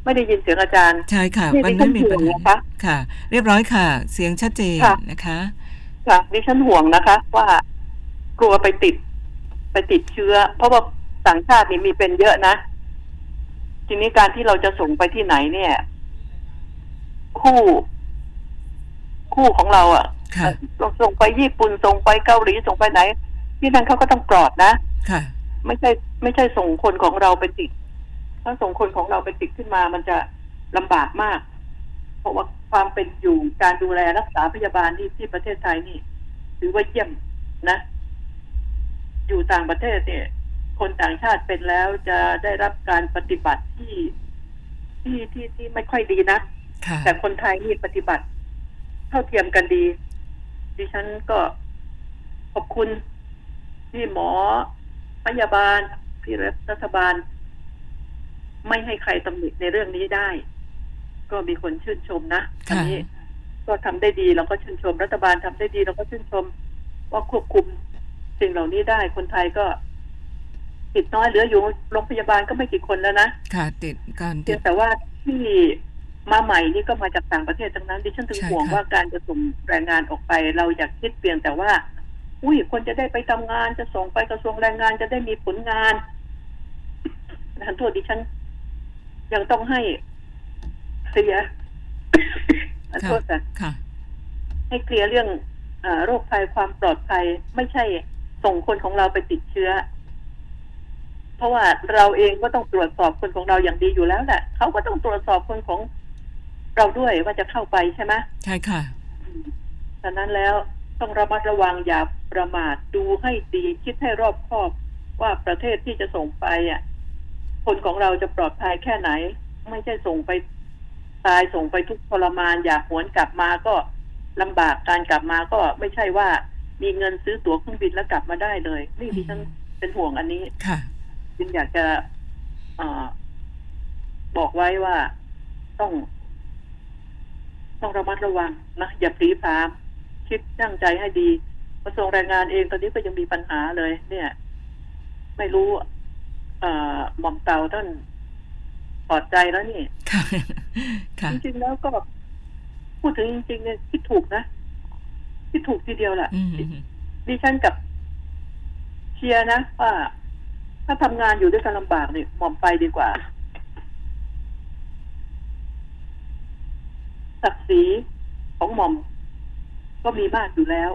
[SPEAKER 2] ไม่ได้ยินเสียงอาจารย์
[SPEAKER 1] ใช่ค่ะมันไม่มีปัญหาค่ะเรียบร้อยค่ะเสียงชัดเจนนะคะ
[SPEAKER 2] ค่ะดิฉันห่วงนะคะว่ากลัวไปติดไปติดเชื้อเพราะว่าต่างชาตินี่มีเป็นเยอะนะทีนี้การที่เราจะส่งไปที่ไหนเนี่ยคู่คู่ของเราอ่ะส่งไปญี่ปุ่นส่งไปเกาหลีส่งไปไหนที่นั่นเขาก็ต้องปลอดนะ
[SPEAKER 1] ค่ะ
[SPEAKER 2] ไม่ใช่ไม่ใช่ส่งคนของเราไปติดถ้าส่งคนของเราไปติดขึ้นมามันจะลำบากมากเพราะว่าความเป็นอยู่การดูแลรักษาพยาบาลนี่ที่ประเทศไทยนี่ถือว่าเยี่ยมนะอยู่ต่างประเทศเนี่ยคนต่างชาติเป็นแล้วจะได้รับการปฏิบัติที่ที่ที่ที่ไม่ค่อยดีนะแต่คนไทยนี่ปฏิบัติเท่าเทียมกันดีดิฉันก็ขอบคุณที่หมอพยาบาลที่รัฐบาลไม่ให้ใครตำหนิในเรื่องนี้ได้ก็มีคนชื่นชมนะอันนี้ก็ทำได้ดีเราก็ชื่นชมรัฐบาลทำได้ดีเราก็ชื่นชมว่าควบคุมสิ่งเหล่านี้ได้คนไทยก็ติดน้อยเหลืออยู่โรงพยาบาลก็ไม่กี่คนแล้วนะ
[SPEAKER 1] ค่ะติดกัน
[SPEAKER 2] ติดแต่ว่าที่มาใหม่นี่ก็มาจากต่างประเทศทั้งนั้นดิฉันถึงห่วงว่าการจะส่งแรงงานออกไปเราอยากคิดเพียงแต่ว่าอุ้ยคนจะได้ไปทำงานจะส่งไปกระทรวงแรงงานจะได้มีผลงานทันโทษดิฉันยังต้องให้เคลียร์ทันโทษ
[SPEAKER 1] ค่ะ
[SPEAKER 2] ให้เคลียร์เรื่องโรคภัยความปลอดภัยไม่ใช่ส่งคนของเราไปติดเชื้อเพราะว่าเราเองก็ต้องตรวจสอบคนของเราอย่างดีอยู่แล้วแหละเขาก็ต้องตรวจสอบคนของเราด้วยว่าจะเข้าไปใช่ไหม
[SPEAKER 1] ใช่ค่ะ
[SPEAKER 2] ฉะนั้นแล้วต้องระมัดระวังอย่าประมาทดูให้ดีคิดให้รอบคอบว่าประเทศที่จะส่งไปอ่ะคนของเราจะปลอดภัยแค่ไหนไม่ใช่ส่งไปตายส่งไปทุกทรมานอยากหวนกลับมาก็ลำบากการกลับมาก็ไม่ใช่ว่ามีเงินซื้อตั๋วเครื่องบินแล้วกลับมาได้เลยนี่ดิฉันเป็นห่วงอันนี้
[SPEAKER 1] ค่ะ
[SPEAKER 2] จึงอยากจะอบอกไว้ว่าต้องต้องระมัดระวังนะอย่าปรีพรามคิดตั้งใจให้ดีกระทรวงแรงงานเองตอนนี้ก็ยังมีปัญหาเลยเนี่ยไม่รู้หม่อมเต่าท่านปลอดใจแล้วนี่จริงๆแล้วก็พูดถึงจริงๆเนี่ยคิดถูกนะคิดถูกทีเดียวแหละดิฉันกับเชียร์นะว่าถ้าทำงานอยู่ด้วยกันลำบากเนี่ยหม่อมไปดีกว่าศักดิ์ศรีของหม่อมก็มีมากอยู่แล้ว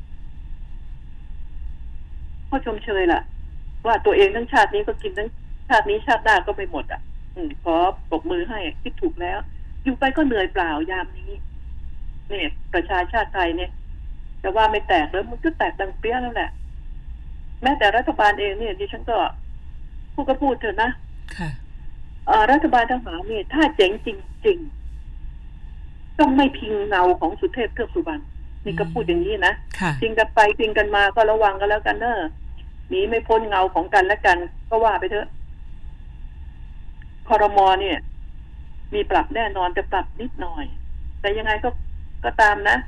[SPEAKER 2] ก็ชมเชยล่ะว่าตัวเองทั้งชาตินี้ก็กินทั้งชาตินี้ชาติหน้าก็ไม่หมดอ่ะอืมขอปรบมือให้คิดถูกแล้วอยู่ไปก็เหนื่อยเปล่ายามนี้เนี่ยประชาชาติไทยเนี่ยแต่ว่าไม่แตกแล้วมันก็แตกดังเปี้ยแล้วแหละแม้แต่รัฐบาลเองเนี่ยดิฉันก็พูดก็พูดเถอะนะ
[SPEAKER 1] ค่ะ
[SPEAKER 2] รัฐบาลทหารเนี่ยถ้าเจ๋งจริงๆต้องไม่พิงเงาของสุเทพเทือกสุบรรณนี่ก็พูดอย่างนี้นะพิงกันไปพิงกันมาก็ระวังกันแล้วกันเนอะหนีไม่พ้นเงาของกันและกันก็ว่าไปเถอะครม.เนี่ยมีปรับแน่นอนแต่ปรับนิดหน่อยแต่ยังไงก็ก็ตามนะ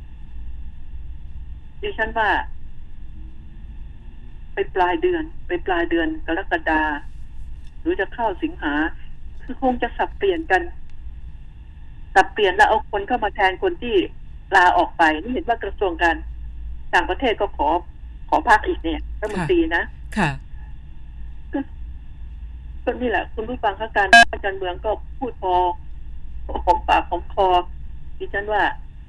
[SPEAKER 2] ดิฉันว่าไปปลายเดือนไปปลายเดือนกรกฎาหรือจะเข้าสิงหาคือคงจะสับเปลี่ยนกันสับเปลี่ยนแล้วเอาคนเข้ามาแทนคนที่ลาออกไปนี่เห็นว่ากระทรวงการต่างประเทศก็ขอขอพักอีกเนี่ยรัฐมนตรีนะ
[SPEAKER 1] ค่ะ
[SPEAKER 2] ก็ก็นี่แหละคุณผู้ฟังข้าการการเมืองก็พูดพอของปากของคอดิฉันว่า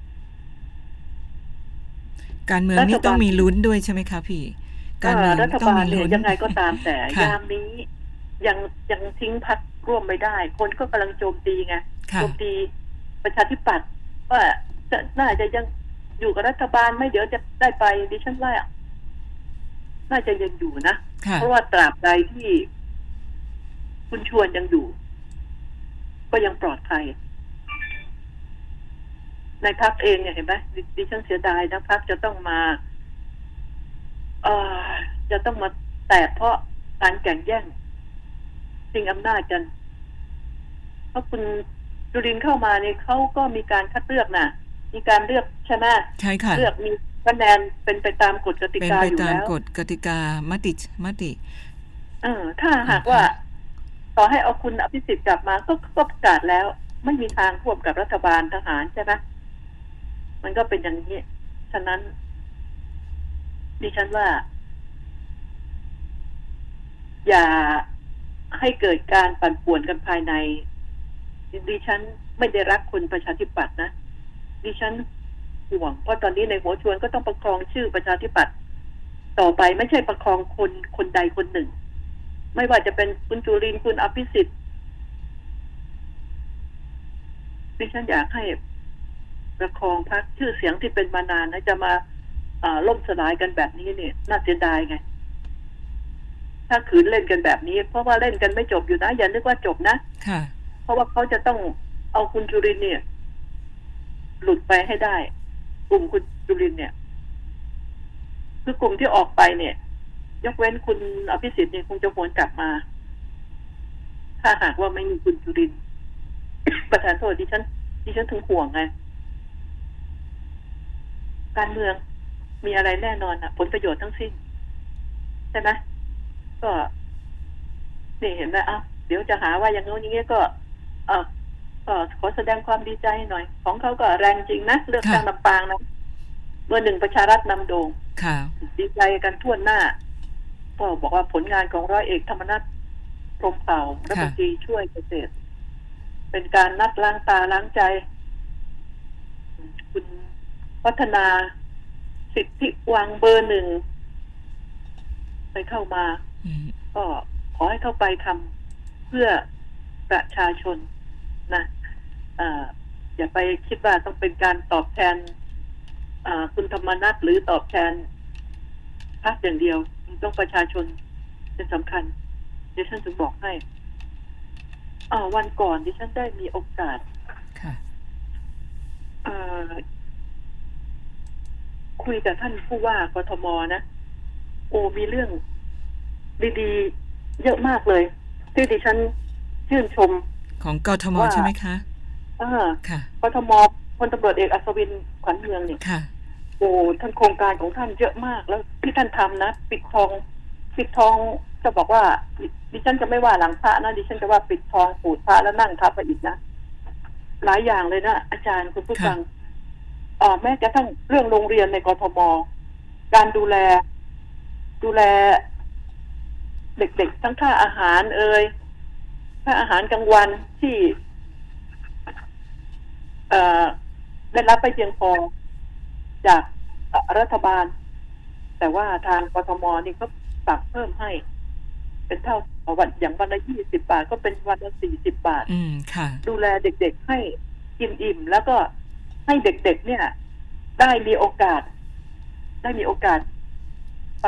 [SPEAKER 1] การเมืองนี่ต้องมีลุ้นด้วยใช่ไหมคะพี่
[SPEAKER 2] การเมืองต้องมีลุ้นยังไงก็ตามแต่ยามนี้ยังยังทิ้งพักร่วมไม่ได้คนก็กำลังโจมตีไงโจมตีประชาธิปัตย์ว่าจะน่าจะยังอยู่กับรัฐบาลไม่เดี๋ยวจะได้ไปดิฉันว่าน่าจะยังอยู่นะเพราะว่าตราบใดที่คุณชวนยังอยู่ก็ยังปลอดภัยในพรรคเองเนี่ยเห็นไหมดิฉันเสียดายนะพรรคจะต้องมาเอ่อจะต้องมาแตกเพราะการแข่งแย่งชิงอำนาจกันเพราะคุณจุรินทร์เข้ามาเนี่ยเขาก็มีการคัดเลือกน่ะมีการเลือกใช่ไหม
[SPEAKER 1] ใช่ค่ะ
[SPEAKER 2] เลือกมีคะแนนเป็นไปตามกฎกติกาอยู่แล้ว
[SPEAKER 1] เป็นไปตามกฎกติกามติมติ
[SPEAKER 2] เออถ้าหากว่าต่อให้เอาคุณอภิสิทธิ์กลับมาก็ก็ประกาศแล้วไม่มีทางร่วมกับรัฐบาลทหารใช่ไหมมันก็เป็นอย่างนี้ฉะนั้นดิฉันว่าอย่าให้เกิดการปั่นป่วนกันภายในดิฉันไม่ได้รักคนประชาธิปัตย์นะดิฉันห่วงเพราะตอนนี้ในหัวชวนก็ต้องประคองชื่อประชาธิปัตย์ต่อไปไม่ใช่ประคองคนคนใดคนหนึ่งไม่ว่าจะเป็นคุณจุรินทร์คุณอภิสิทธิ์ดิฉันอยากให้ประคองพรรคชื่อเสียงที่เป็นมานานนะจะมาล่มสลายกันแบบนี้เนี่ยน่าเสียดายไงถ้าขืนเล่นกันแบบนี้เพราะว่าเล่นกันไม่จบอยู่นะอย่านึกว่าจบนะ
[SPEAKER 1] ค่ะ
[SPEAKER 2] เพราะว่าเขาจะต้องเอาคุณจุรินทร์เนี่ยหลุดไปให้ได้กลุ่มคุณจุรินทร์เนี่ยคือกลุ่มที่ออกไปเนี่ยยกเว้นคุณอภิสิทธิ์เนี่ยคงจะหวนกลับมาถ้าหากว่าไม่มีคุณจุรินทร์ ประธานโทษดิฉันดิฉันถึงห่วงไงการเมืองมีอะไรแน่นอนอ่ะผลประโยชน์ทั้งสิ้นใช่ไหมก็นี่เห็นไหมอ่ะเดี๋ยวจะหาว่าอย่างโน้นอย่างนี้ก็เออก็ขอแสดงความดีใจหน่อยของเขาก็แรงจริงนะเลือกตั้งลำปางนะเบอร์หนึ่งประชารัฐนำโด่งดีใจกันทั่วหน้าก็บอกว่าผลงานของร้อยเอกธรรมนัสพรหมเผ่ารัฐมนตรีช่วยเกษตรเป็นการนัดล้างตาล้างใจคุณพัฒนาสิทธิวังเบอร์หนึ่งไปเข้ามาก็ขอให้เข้าไปทำเพื่อประชาชนนะอ่าอย่าไปคิดว่าต้องเป็นการตอบแทนอ่าคุณธรรมนัสหรือตอบแทนพรรคอย่างเดียวต้องประชาชนเป็นสำคัญดิฉันถึงบอกให้อ่าวันก่อนดิฉันได้มีโอกาสค่ะอ่าคุยกับท่านผู้ว่ากทมนะโอ้มีเรื่องดีๆเยอะมากเลยที่ดิฉันชื่นชม
[SPEAKER 1] ของกทมใช่ไหมคะ
[SPEAKER 2] อ่าค่ะกทมพลตำรวจเอกอัศวินขวัญเมืองนี่ค่ะโอ้ท่านโครงการของท่านเยอะมากแล้วที่ท่านทำนะปิดทองปิดทองจะบอกว่าดิฉันจะไม่ว่าหลังพระนะดิฉันจะว่าปิดทองปูดพระแล้วนั่งทับไปอีกนะหลายอย่างเลยนะอาจารย์คุณผู้ฟังอ่าแม้กระทั่งเรื่องโรงเรียนในกทมการดูแลดูแลเด็กๆทั้งค่าอาหารเอ่ยค่าอาหารกลางวันที่เอ่อได้รับไปเพียงพอจากรัฐบาลแต่ว่าทางกทมนี่ก็ปรับเพิ่มให้เป็นเท่าวันอย่างวันละยี่สิบบาทก็เป็นวันละสี่สิบบาท
[SPEAKER 1] อืมค่ะ
[SPEAKER 2] ดูแลเด็กๆให้อิ่มๆแล้วก็ให้เด็กๆเนี่ยได้มีโอกาสได้มีโอกาสไป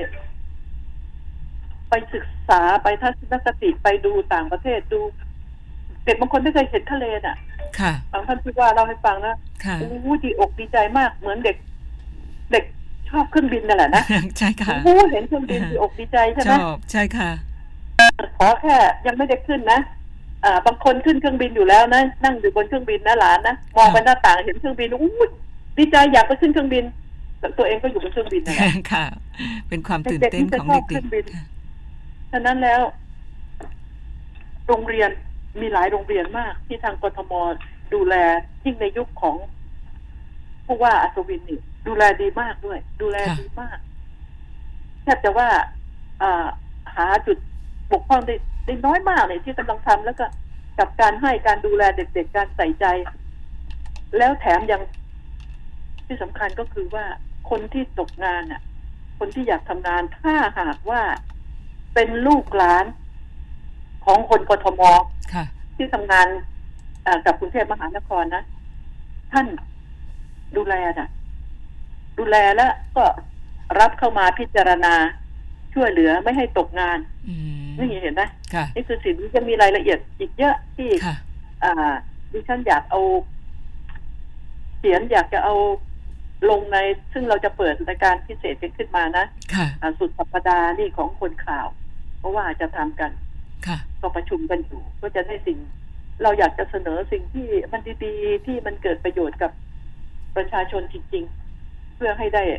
[SPEAKER 2] ไปศึกษาไปทัศนคติไปดูต่างประเทศดูเด็กบางคนไม่เคยเห็นทะเลน่ะ
[SPEAKER 1] ค่ะ
[SPEAKER 2] บางท่านพูดว่าเราให้ฟังนะโอ้ดีอกดีใจมากเหมือนเด็กเด็กชอบเครื่องบินนั่นแหละนะ
[SPEAKER 1] ใช่ค่ะ
[SPEAKER 2] โอ้เห็นเครื่องบินดีอกดีใจใช่ไหม
[SPEAKER 1] ชอบใช่ค่ะ
[SPEAKER 2] ขอแค่ยังไม่ได้ขึ้นนะอ่าบางคนขึ้นเครื่องบินอยู่แล้วนะนั่งอยู่บนเครื่องบินนะหลานนะมองไปหน้าต่างเห็นเครื่องบินอู้ดีใจอยากไปขึ้นเครื่องบินตัวเองก็อยู่บนเครื่องบินนั่นแหละ
[SPEAKER 1] ค่ะเป็นความตื่นเต้นของเด็ก
[SPEAKER 2] ๆฉะนั้นแล้วโรงเรียนมีหลายโรงเรียนมากที่ทางกทมดูแลยิ่งในยุคของผู้ว่าอัศวินนี่ดูแลดีมากด้วยดูแลดีมากแทบจะว่าหาจุดบกพร่องได้ได้น้อยมากเลยที่กำลังทำแล้วก็กับการให้การดูแลเด็กๆการใส่ใจแล้วแถมยังที่สำคัญก็คือว่าคนที่ตกงานอ่ะคนที่อยากทำงานถ้าหากว่าเป็นลูกหลานของคนกทมที่ทำงานกับกรุงเทพมหานครนะท่านดูแลน่ะดูแลแล้วก็รับเข้ามาพิจารณาช่วยเหลือไม่ให้ตกงานนี่เห็นไหมนี่คือสิ่งที่จะมีรายละเอียดอีกเยอะที่ดิฉันอยากเอาเขียนอยากจะเอาลงในซึ่งเราจะเปิดรายการพิเศษกันขึ้นมานะสุดสัปดาห์นี่ของคนข่าวเพราะว่าจะทำกันก็ประชุมกันอยู่ก็จะได้สิ่งเราอยากจะเสนอสิ่งที่มันดีๆที่มันเกิดประโยชน์กับประชาชนจริงๆเพื่อให้ได้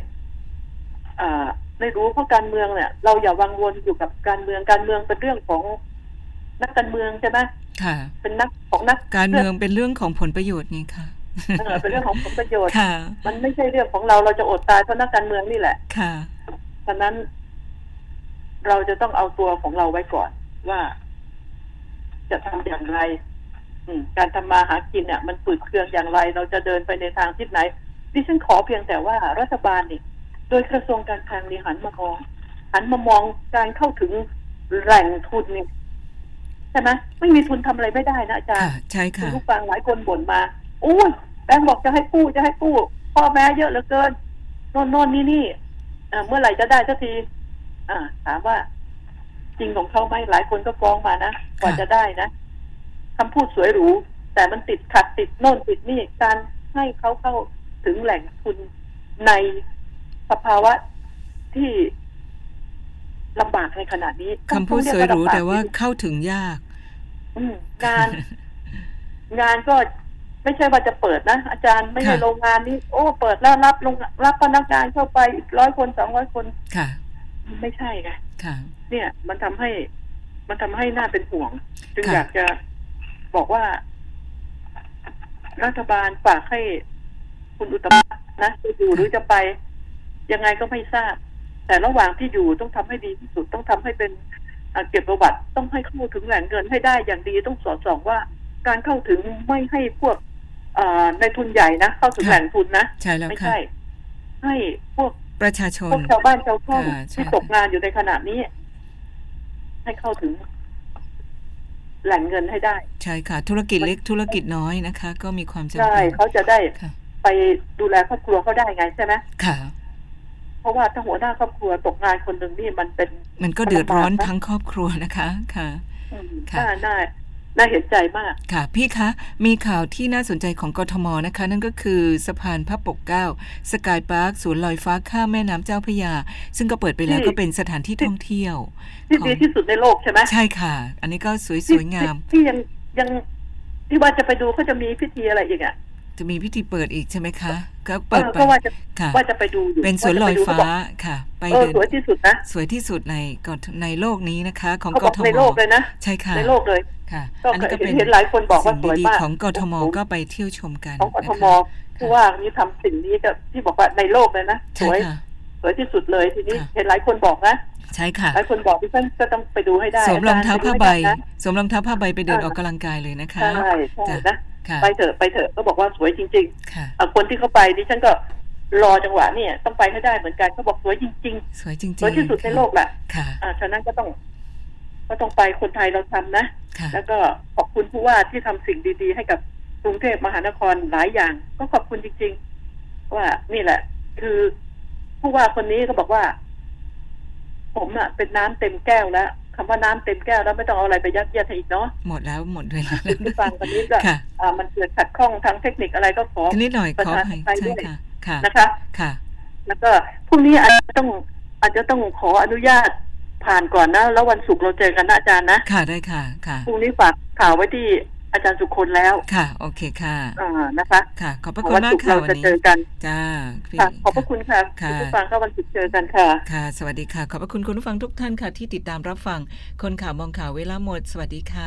[SPEAKER 2] อ่าได้รู้เพราะการเมืองเนี่ยเราอย่าวังวนอยู่กับการเมืองการเมืองเป็นเรื่องของนักการเมืองใช่ไหม
[SPEAKER 1] ค่ะ
[SPEAKER 2] เป็นนักของนัก
[SPEAKER 1] การเมืองเป็นเรื่องของผลประโยชน์นี่ค่ะ
[SPEAKER 2] เออเป็นเรื่องของผลประโยชน์
[SPEAKER 1] ค่ะ
[SPEAKER 2] มันไม่ใช่เรื่องของเราเราจะอดตายเพราะนักการเมืองนี่แหละ
[SPEAKER 1] ค่ะ
[SPEAKER 2] ฉะนั้นเราจะต้องเอาตัวของเราไว้ก่อนว่าจะทำอย่างไรการทำมาหากินเนี่ยมันฝืดเคืองอย่างไรเราจะเดินไปในทางทิศไหนดิฉันขอเพียงแต่ว่ารัฐบาลนี่โดยกระทรวงการคลังนี่หันมามองหันมามองการเข้าถึงแหล่งทุนนี่ใช่ไหมไม่มีทุนทำอะไรไม่ได้นะอาจารย์
[SPEAKER 1] ใช่ค่ะ
[SPEAKER 2] ผู้ฟังหลายคนบ่นมาโอ้ยแบงก์บอกจะให้กู้จะให้กู้พ่อแม่เยอะเหลือเกินโน่นโน่นนี่นี่เมื่อไหร่จะได้สักทีถามว่าจริงของเขาไหมหลายคนก็ฟ้องมานะกว่าจะได้นะคำพูดสวยหรูแต่มันติดขัดติดโน่นติดนี่การให้เขาเข้าถึงแหล่งทุนในสภาวะที่ลำบากในขณะนี้
[SPEAKER 1] คำพูดสวยหรูแต่ว่าเข้าถึงยาก
[SPEAKER 2] งาน งานก็ไม่ใช่ว่าจะเปิดนะอาจารย์ไม่ใช่โรงงานนี้โอ้เปิดแล้วรับลงรับพนักงานเข้าไปอีกร้อยคนสองร้อยคน
[SPEAKER 1] ค่ะ
[SPEAKER 2] ไม่ใช่ไง
[SPEAKER 1] ค่ะ
[SPEAKER 2] เนี่ยมันทำให้มันทำให้น่าเป็นห่วงจึงอยากจะบอกว่ารัฐบาลฝากให้คุณอุตมะนะจะอยู่หรือจะไปยังไงก็ไม่ทราบแต่ระหว่างที่อยู่ต้องทำให้ดีที่สุดต้องทำให้เป็นเก็บประวัติต้องให้เข้าถึงแหล่งเงินให้ได้อย่างดีต้องสอดส่องว่าการเข้าถึงไม่ให้พวกในทุนใหญ่นะเข้าถึงแหล่งทุนนะไม่ใช่ให้พวก
[SPEAKER 1] ประชาชน
[SPEAKER 2] พวกชาวบ้านชาวช่องที่ตกงานอยู่ในขณะนี้ให้เข้าถึงแหล่งเงินให้ได้
[SPEAKER 1] ใช่ค่ะธุรกิจเล็กธุรกิจน้อยนะคะก็มีความจำเป็น
[SPEAKER 2] ใช่เขาจะได้ไปดูแลครอบครัวเขาได้ไงใช่ไหม
[SPEAKER 1] ค่ะ
[SPEAKER 2] เพราะว่าถ้าหัวหน้าครอบครัวตกงานคนหนึ่งนี่มันเป็น
[SPEAKER 1] มันก็เดือดร้อนทั้งครอบครัวนะคะค่ะ
[SPEAKER 2] ค่ะน่าน่าเห็นใจมาก
[SPEAKER 1] ค่ะพี่คะมีข่าวที่น่าสนใจของกทมนะคะนั่นก็คือสะพานพระปกเกล้าสกายพาร์คสวนลอยฟ้าข้ามแม่น้ำเจ้าพระยาซึ่งก็เปิดไปแล้วก็เป็นสถานที่ท่องเที่ยว
[SPEAKER 2] ที่ดีที่สุดในโลกใช่ไหม
[SPEAKER 1] ใช่ค่ะอันนี้ก็สวยๆงาม
[SPEAKER 2] ที่ยังยังที่ว่าจะไปดูเขาจะมีพิธีอะไรอีกอ่ะ
[SPEAKER 1] จะมีพิธีเปิดอีกใช่ไหมคะก็เปิดไป
[SPEAKER 2] ก็ว่าจะว่าจะไปดู
[SPEAKER 1] เป็นสวนลอยฟ้าค่ะ
[SPEAKER 2] ไปเดินสวยที่สุดนะ
[SPEAKER 1] สวยที่สุดในในโลกนี้นะคะของกทม
[SPEAKER 2] ในโลกเลยนะ
[SPEAKER 1] ใช่ค่ะ
[SPEAKER 2] ในโลกเลย
[SPEAKER 1] ค่ะ
[SPEAKER 2] อันนี้ก็เป็นเห็นหลายคนบอกว่าสวยมาก
[SPEAKER 1] ของกทมก็ไปเที่ยวชมกัน
[SPEAKER 2] ของกทมผู้ว่านี้ทำสิ่งนี้กับที่บอกว่าในโลกเลยนะสวยสวยที่สุดเลยทีนี้เห็นหลายคนบอกนะ
[SPEAKER 1] ใช่ค่ะ
[SPEAKER 2] หลายคนบอกที่ท่านก็ต้องไปดูให้ได้
[SPEAKER 1] สวมรองเท้าผ้าใบสวมรองเท้าผ้าใบไปเดินออกกำลังกายเลยนะคะ
[SPEAKER 2] ใช่ใช่นะไปเถอะไปเถอะก็บอกว่าสวยจริงๆคนที่เขาไปดิฉันก็รอจังหวะเนี่ยต้องไปให้ได้เหมือนกันเขาบอกสวยจริง
[SPEAKER 1] ๆสวยจริงๆ
[SPEAKER 2] สวยที่สุดในโลกแหละ
[SPEAKER 1] ค่ะ
[SPEAKER 2] อ่าฉะนั้นก็ต้องก็ต้องไปคนไทยเราทำนะแล้วก็ขอบคุณผู้ว่าที่ทำสิ่งดีๆให้กับกรุงเทพมหานครหลายอย่างก็ขอบคุณจริงๆว่านี่แหละคือผู้ว่าคนนี้ก็บอกว่าผมอะเป็นน้ำเต็มแก้วแล้วคำว่าน้ำเต็มแก้วแล้วไม่ต้องเอาอะไรไปยัดเยียดให้อีกเนาะ
[SPEAKER 1] หมดแล้วหมดเลย
[SPEAKER 2] แล้วคุณฟังวันนี้ก็อ่ามันเกิดขัดข้องทางเทคนิคอะไรก็ขอ
[SPEAKER 1] นิดหน่อยขอให้ใช่ค่ะค่ะ
[SPEAKER 2] นะคะ
[SPEAKER 1] ค่ะ
[SPEAKER 2] แล้วก็พรุ่งนี้อาจจะต้องอาจจะต้องขออนุญาตผ่านก่อนนะแล้ววันศุกร์เราเจอกันนะอาจารย์นะ
[SPEAKER 1] ค่ะได้ค่ะค่ะ
[SPEAKER 2] พรุ่งนี้ฝากข่าวไว้ที่อาจารย์สุคนแล้ว
[SPEAKER 1] ค่ะโอเคค่ะ
[SPEAKER 2] อ่านะคะ
[SPEAKER 1] ค่ะขอบพระคุณมากค่ะวันนี้
[SPEAKER 2] เจอกัน
[SPEAKER 1] จ้า
[SPEAKER 2] ค่ะขอบพระคุณค่ะคุณผู้ฟังก็วันศุกร์เจอกันค่ะ
[SPEAKER 1] ค่ะสวัสดีค่ะขอบพระคุณคุณผู้ฟังทุกท่านค่ะที่ติดตามรับฟังคนข่าวมองข่าวเวลาหมดสวัสดีค่ะ